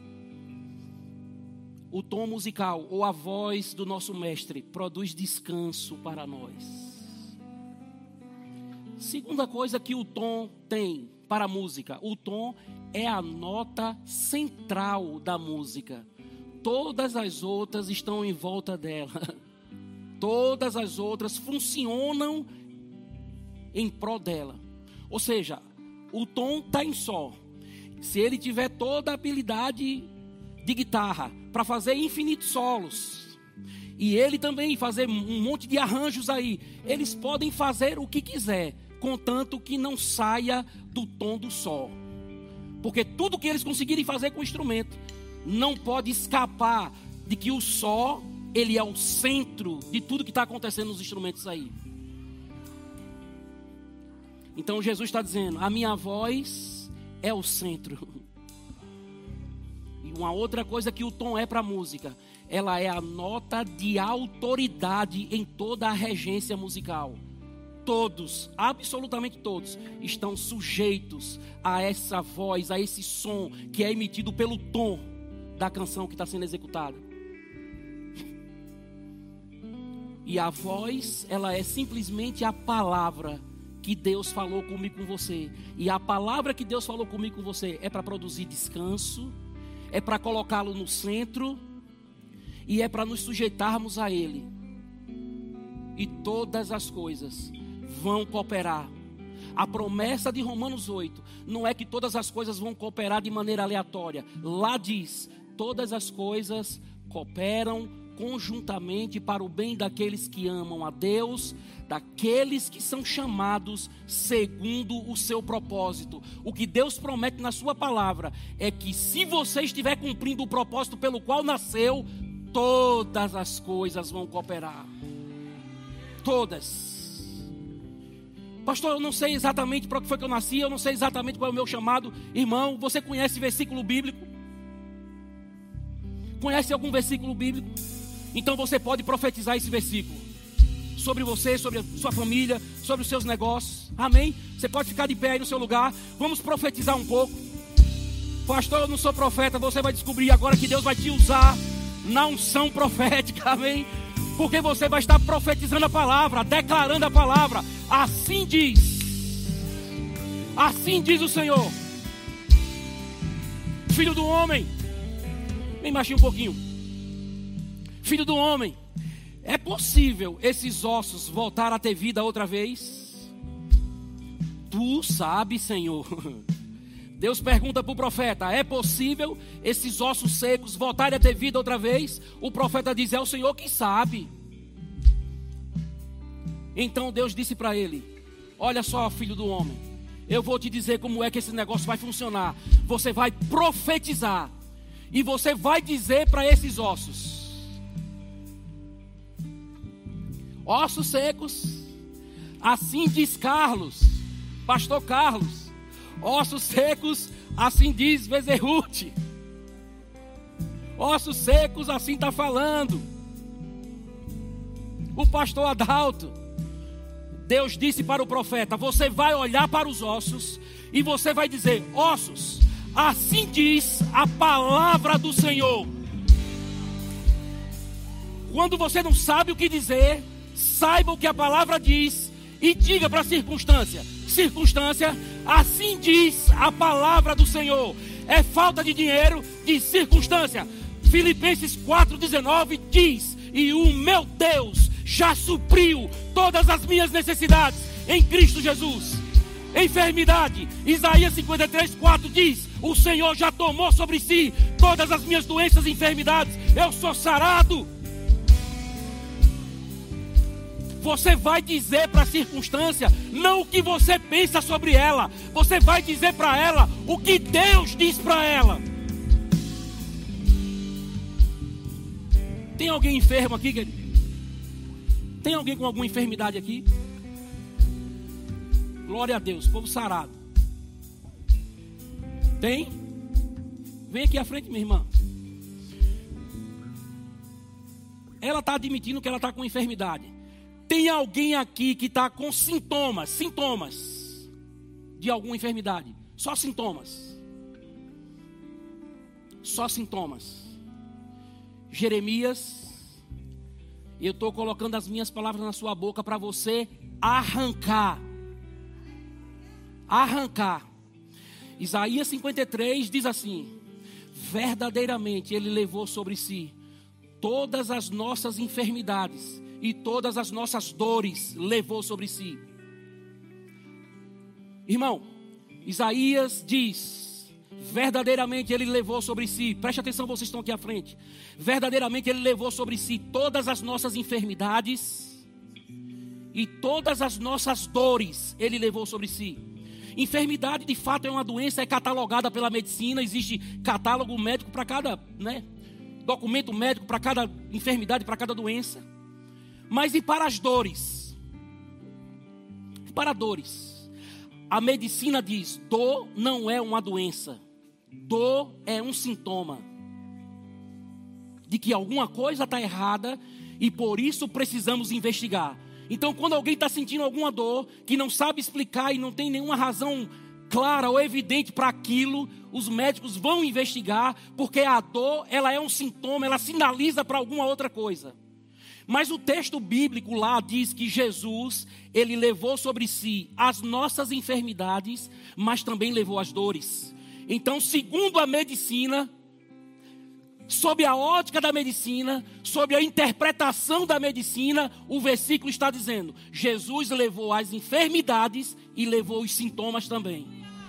O tom musical ou a voz do nosso mestre produz descanso para nós. Segunda coisa que o tom tem para a música. O tom é a nota central da música. Todas as outras estão em volta dela. Todas as outras funcionam em prol dela. Ou seja, o tom está em sol. Se ele tiver toda a habilidade de guitarra para fazer infinitos solos, e ele também fazer um monte de arranjos aí, eles podem fazer o que quiser, contanto que não saia do tom do sol. Porque tudo que eles conseguirem fazer com o instrumento não pode escapar de que o sol, ele é o centro de tudo que está acontecendo nos instrumentos aí. Então Jesus está dizendo, a minha voz é o centro. E uma outra coisa que o tom é para a música, ela é a nota de autoridade em toda a regência musical. Todos, absolutamente todos, estão sujeitos a essa voz, a esse som que é emitido pelo tom da canção que está sendo executada. E a voz, ela é simplesmente a palavra que Deus falou comigo, com você. E a palavra que Deus falou comigo, com você, é para produzir descanso, é para colocá-lo no centro e é para nos sujeitarmos a Ele. E todas as coisas vão cooperar. A promessa de Romanos 8 não é que todas as coisas vão cooperar de maneira aleatória. Lá diz, todas as coisas cooperam conjuntamente para o bem daqueles que amam a Deus, daqueles que são chamados segundo o seu propósito. O que Deus promete na sua palavra é que se você estiver cumprindo o propósito pelo qual nasceu, todas as coisas vão cooperar. Todas. Pastor, eu não sei exatamente para o que foi que eu nasci, eu não sei exatamente qual é o meu chamado. Irmão, você conhece versículo bíblico? Conhece algum versículo bíblico? Então você pode profetizar esse versículo sobre você, sobre a sua família, sobre os seus negócios. Amém? Você pode ficar de pé aí no seu lugar. Vamos profetizar um pouco. Pastor, eu não sou profeta. Você vai descobrir agora que Deus vai te usar na unção profética. Amém? Porque você vai estar profetizando a palavra, declarando a palavra. Assim diz o Senhor. Filho do homem, vem baixinho um pouquinho. Filho do homem, é possível esses ossos voltar a ter vida outra vez? Tu sabes, Senhor. Deus pergunta para o profeta, é possível esses ossos secos voltarem a ter vida outra vez? O profeta diz, é o Senhor que sabe. Então Deus disse para ele, olha só, filho do homem, eu vou te dizer como é que esse negócio vai funcionar. Você vai profetizar e você vai dizer para esses ossos, ossos secos, assim diz Carlos, pastor Carlos. Ossos secos, assim diz Bezerruti. Ossos secos, assim está falando o pastor Adalto. Deus disse para o profeta, você vai olhar para os ossos e você vai dizer, ossos, assim diz a palavra do Senhor. Quando você não sabe o que dizer, saiba o que a palavra diz e diga para a circunstância, assim diz a palavra do Senhor. É falta de dinheiro, de circunstância. Filipenses 4,19 diz, e o meu Deus já supriu todas as minhas necessidades em Cristo Jesus. Enfermidade, Isaías 53,4 diz, o Senhor já tomou sobre si todas as minhas doenças e enfermidades, eu sou sarado. Você vai dizer para a circunstância, não o que você pensa sobre ela. Você vai dizer para ela o que Deus diz para ela. Tem alguém enfermo aqui, querido? Tem alguém com alguma enfermidade aqui? Glória a Deus, povo sarado. Tem? Vem aqui à frente, minha irmã. Ela está admitindo que ela está com enfermidade. Tem alguém aqui que está com sintomas de alguma enfermidade? Só sintomas. Só sintomas. Jeremias, eu estou colocando as minhas palavras na sua boca para você arrancar. Isaías 53 diz assim: verdadeiramente Ele levou sobre si todas as nossas enfermidades e todas as nossas dores levou sobre si. Irmão, Isaías diz: verdadeiramente Ele levou sobre si. Preste atenção, vocês estão aqui à frente. Verdadeiramente Ele levou sobre si todas as nossas enfermidades e todas as nossas dores Ele levou sobre si. Enfermidade de fato é uma doença, é catalogada pela medicina. Existe catálogo médico para cada, documento médico para cada enfermidade, para cada doença. Mas e para as dores? Para dores, a medicina diz: dor não é uma doença, dor é um sintoma de que alguma coisa está errada e por isso precisamos investigar. Então, quando alguém está sentindo alguma dor que não sabe explicar e não tem nenhuma razão clara ou evidente para aquilo, os médicos vão investigar, porque a dor, ela é um sintoma, ela sinaliza para alguma outra coisa. Mas o texto bíblico lá diz que Jesus, Ele levou sobre si as nossas enfermidades, mas também levou as dores. Então, segundo a medicina, sob a ótica da medicina, sob a interpretação da medicina, o versículo está dizendo: Jesus levou as enfermidades e levou os sintomas também.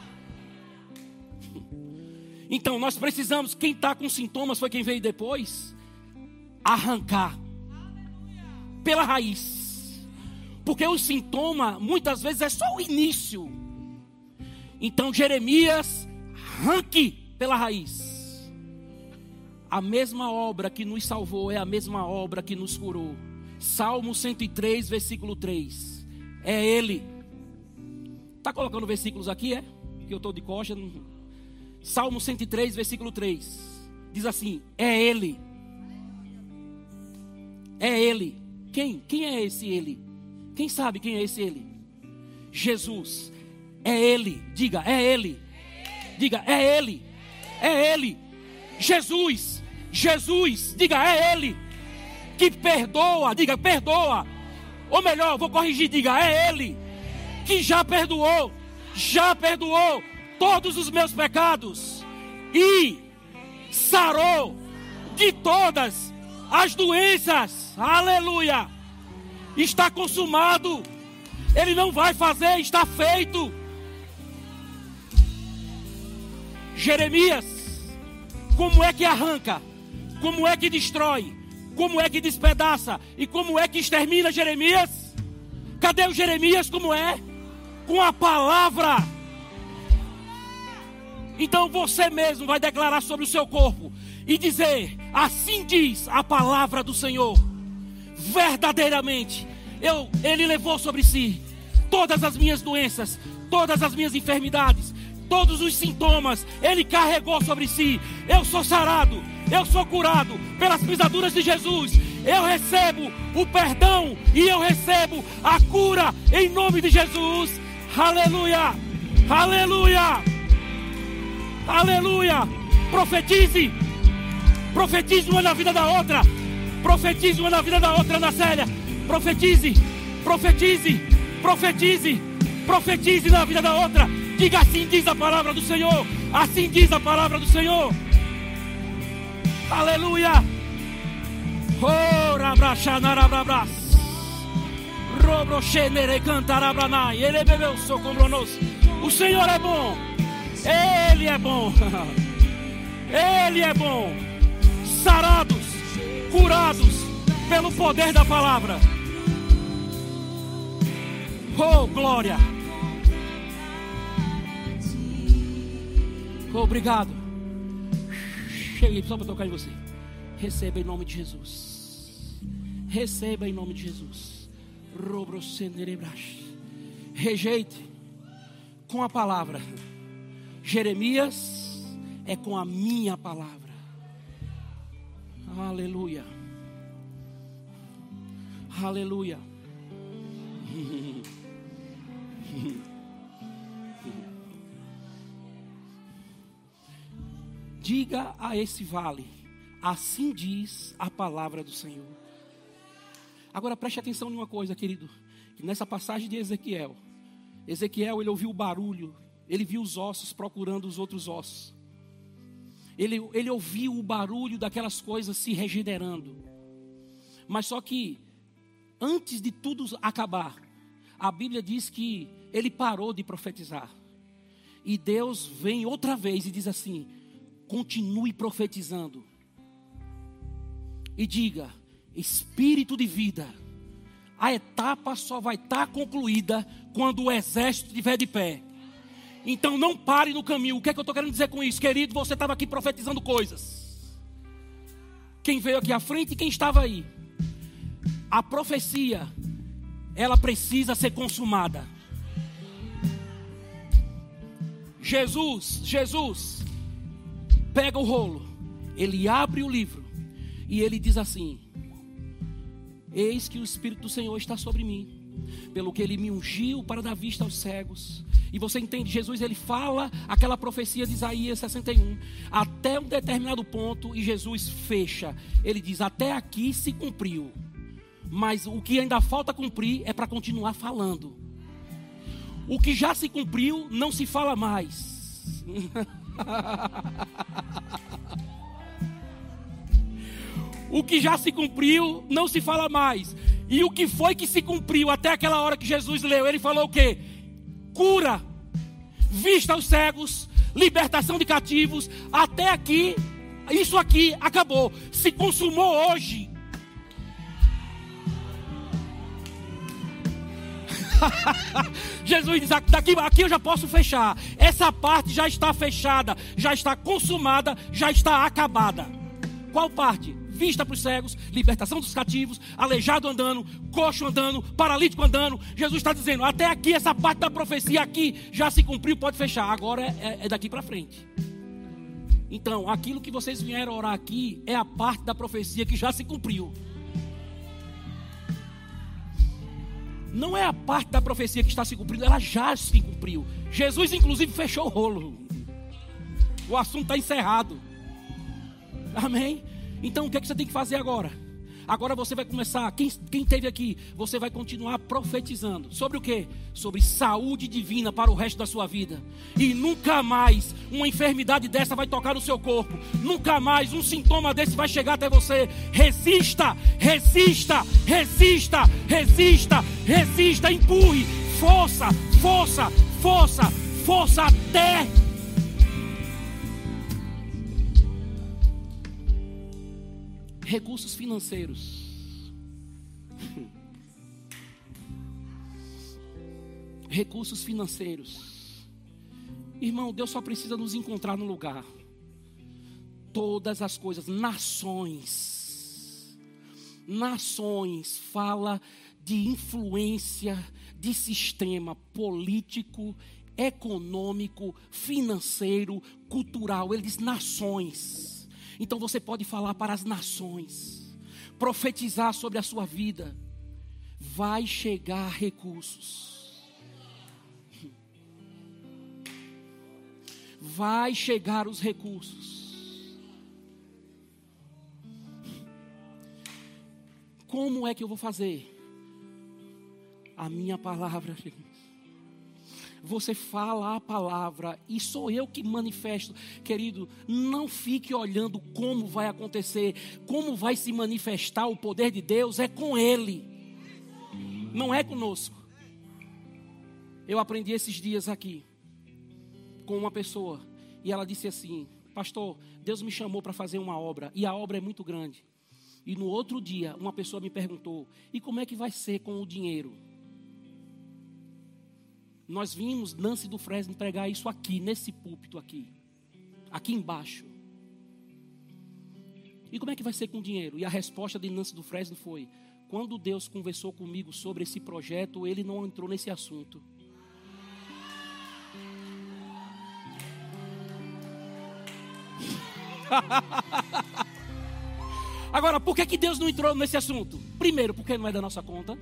Então nós precisamos, quem está com sintomas foi quem veio depois, arrancar pela raiz. Porque o sintoma muitas vezes é só o início. Então Jeremias, arranque pela raiz. A mesma obra que nos salvou é a mesma obra que nos curou. Salmo 103, versículo 3. É Ele. Está colocando versículos aqui, é? Que eu estou de coxa. Salmo 103, versículo 3. Diz assim: é Ele. É Ele. Quem? Quem é esse Ele? Quem sabe quem é esse Ele? Jesus. É Ele. Diga, é Ele. Diga, é Ele. É Ele. Jesus. Jesus, diga, é Ele que perdoa, diga, perdoa. Ou melhor, vou corrigir, diga, é Ele que já perdoou todos os meus pecados e sarou de todas as doenças. Aleluia. Está consumado. Ele não vai fazer, está feito. Jeremias, como é que arranca? Como é que destrói? Como é que despedaça? E como é que extermina Jeremias? Cadê o Jeremias? Como é? Com a palavra. Então você mesmo vai declarar sobre o seu corpo e dizer: assim diz a palavra do Senhor. Verdadeiramente, Ele levou sobre si todas as minhas doenças, todas as minhas enfermidades, todos os sintomas, Ele carregou sobre si. Eu sou sarado, eu sou curado pelas pisaduras de Jesus. Eu recebo o perdão e eu recebo a cura em nome de Jesus. Aleluia, aleluia, aleluia. Profetize, profetize uma na vida da outra. Profetize uma na vida da outra, Ana Célia. Profetize, profetize, profetize, profetize na vida da outra. Diga: assim diz a palavra do Senhor. Assim diz a palavra do Senhor. Aleluia. Oh, rabrachanarabras. Robrochenere cantarabranai. Ele bebeu socombronos. O Senhor é bom. Ele é bom. Ele é bom. Sarados, curados pelo poder da palavra. Oh, glória. Obrigado. Cheguei só para tocar em você. Receba em nome de Jesus. Receba em nome de Jesus. Rejeite com a palavra. Jeremias é com a minha palavra. Aleluia. Aleluia. Diga a esse vale: assim diz a palavra do Senhor. Agora preste atenção em uma coisa, querido, que nessa passagem de Ezequiel, ele ouviu o barulho, ele viu os ossos procurando os outros ossos. Ele ouviu o barulho daquelas coisas se regenerando. Mas só que, antes de tudo acabar, a Bíblia diz que ele parou de profetizar. E Deus vem outra vez e diz assim: continue profetizando. E diga: espírito de vida, a etapa só vai estar concluída quando o exército estiver de pé. Então não pare no caminho. O que é que eu estou querendo dizer com isso? Querido, você estava aqui profetizando coisas. Quem veio aqui à frente e quem estava aí. A profecia, ela precisa ser consumada. Jesus pega o rolo, ele abre o livro e ele diz assim: eis que o Espírito do Senhor está sobre mim, pelo que ele me ungiu para dar vista aos cegos. E você entende, Jesus ele fala aquela profecia de Isaías 61 até um determinado ponto e Jesus fecha. Ele diz: até aqui se cumpriu, mas o que ainda falta cumprir é para continuar falando. O que já se cumpriu não se fala mais. O que já se cumpriu não se fala mais. E o que foi que se cumpriu até aquela hora que Jesus leu? Ele falou o quê? Cura, vista aos cegos, libertação de cativos. Até aqui, isso aqui acabou. Se consumou hoje. Jesus diz: aqui eu já posso fechar. Essa parte já está fechada, já está consumada, já está acabada. Qual parte? Vista para os cegos, libertação dos cativos, aleijado andando, coxo andando, paralítico andando. Jesus está dizendo: até aqui essa parte da profecia aqui já se cumpriu, pode fechar. Agora é daqui para frente. Então, aquilo que vocês vieram orar aqui é a parte da profecia que já se cumpriu. Não é a parte da profecia que está se cumprindo, ela já se cumpriu. Jesus inclusive fechou o rolo. O assunto está encerrado. Amém? Então o que é que você tem que fazer agora? Agora você vai começar, quem esteve aqui, você vai continuar profetizando. Sobre o quê? Sobre saúde divina para o resto da sua vida. E nunca mais uma enfermidade dessa vai tocar no seu corpo. Nunca mais um sintoma desse vai chegar até você. Resista, resista, resista, resista, resista, empurre. Força, força, força, força até... Recursos financeiros. Recursos financeiros. Irmão, Deus só precisa nos encontrar no lugar. Todas as coisas, nações fala de influência de sistema político, econômico, financeiro, cultural. Ele diz nações. Então você pode falar para as nações, profetizar sobre a sua vida. Vai chegar recursos. Vai chegar os recursos. Como é que eu vou fazer? A minha palavra, gente. Você fala a palavra e sou eu que manifesto. Querido, não fique olhando como vai acontecer, como vai se manifestar o poder de Deus. É com Ele, não é conosco. Eu aprendi esses dias aqui com uma pessoa e ela disse assim: pastor, Deus me chamou para fazer uma obra e a obra é muito grande. E no outro dia uma pessoa me perguntou: e como é que vai ser com o dinheiro? Nós vimos Nancy do Fresno pregar isso aqui, nesse púlpito aqui embaixo. E como é que vai ser com o dinheiro? E a resposta de Nancy do Fresno foi: quando Deus conversou comigo sobre esse projeto, Ele não entrou nesse assunto. Agora, por que Deus não entrou nesse assunto? Primeiro, porque não é da nossa conta.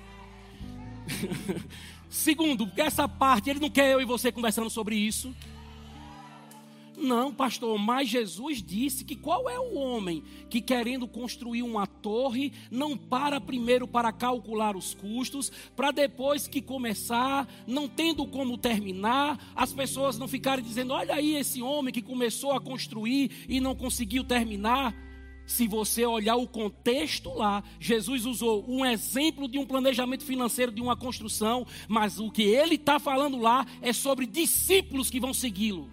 Segundo, porque essa parte, Ele não quer eu e você conversando sobre isso. Não, pastor, mas Jesus disse que qual é o homem que, querendo construir uma torre, não para primeiro para calcular os custos, para depois que começar, não tendo como terminar, as pessoas não ficarem dizendo: olha aí esse homem que começou a construir e não conseguiu terminar. Se você olhar o contexto lá, Jesus usou um exemplo de um planejamento financeiro de uma construção, mas o que Ele está falando lá é sobre discípulos que vão segui-lo.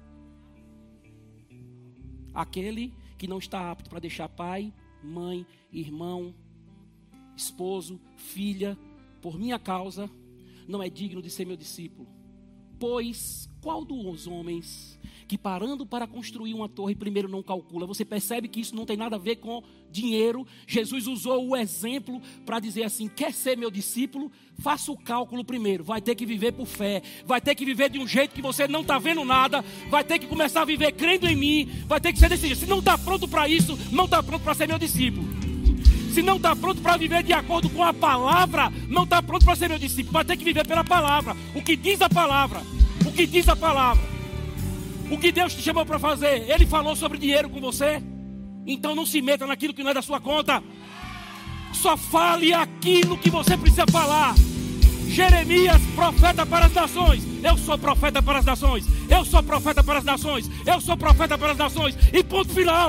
Aquele que não está apto para deixar pai, mãe, irmão, esposo, filha, por minha causa, não é digno de ser meu discípulo. Pois qual dos homens que, parando para construir uma torre, primeiro não calcula? Você percebe que isso não tem nada a ver com dinheiro. Jesus usou o exemplo para dizer assim: quer ser meu discípulo? Faça o cálculo primeiro. Vai ter que viver por fé, vai ter que viver de um jeito que você não está vendo nada, vai ter que começar a viver crendo em mim, vai ter que ser desse jeito. Se não está pronto para isso, não está pronto para ser meu discípulo. Se não está pronto para viver de acordo com a palavra, não está pronto para ser meu discípulo. Vai ter que viver pela palavra. O que diz a palavra? O que diz a palavra? O que Deus te chamou para fazer? Ele falou sobre dinheiro com você? Então não se meta naquilo que não é da sua conta. Só fale aquilo que você precisa falar. Jeremias, profeta para as nações. Eu sou profeta para as nações. Eu sou profeta para as nações. Eu sou profeta para as nações. E ponto final.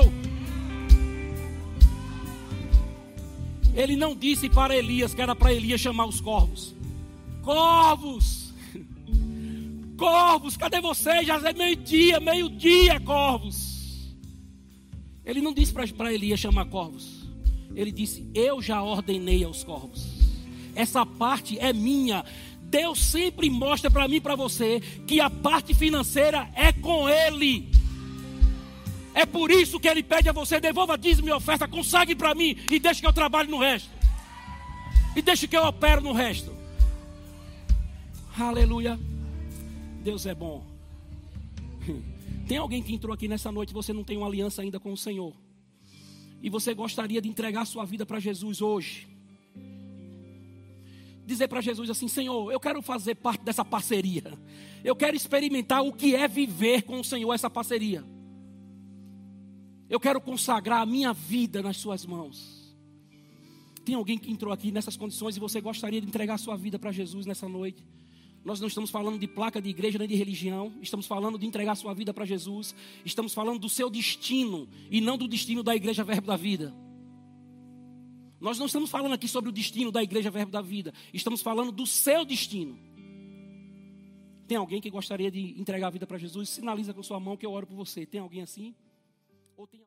Ele não disse para Elias que era para Elias chamar os corvos. Corvos! Corvos, cadê vocês? Já é meio-dia, corvos. Ele não disse para Elias chamar corvos. Ele disse: eu já ordenei aos corvos. Essa parte é minha. Deus sempre mostra para mim e para você que a parte financeira é com Ele. É por isso que Ele pede a você: devolva dízimo e oferta, consagre para mim e deixe que eu trabalhe no resto. E deixe que eu opero no resto. Aleluia. Deus é bom. Tem alguém que entrou aqui nessa noite e você não tem uma aliança ainda com o Senhor, e você gostaria de entregar a sua vida para Jesus hoje? Dizer para Jesus assim: Senhor, eu quero fazer parte dessa parceria. Eu quero experimentar o que é viver com o Senhor essa parceria. Eu quero consagrar a minha vida nas suas mãos. Tem alguém que entrou aqui nessas condições e você gostaria de entregar a sua vida para Jesus nessa noite? Nós não estamos falando de placa de igreja nem de religião. Estamos falando de entregar a sua vida para Jesus. Estamos falando do seu destino e não do destino da Igreja Verbo da Vida. Nós não estamos falando aqui sobre o destino da Igreja Verbo da Vida. Estamos falando do seu destino. Tem alguém que gostaria de entregar a vida para Jesus? Sinaliza com sua mão que eu oro por você. Tem alguém assim? Ou tem...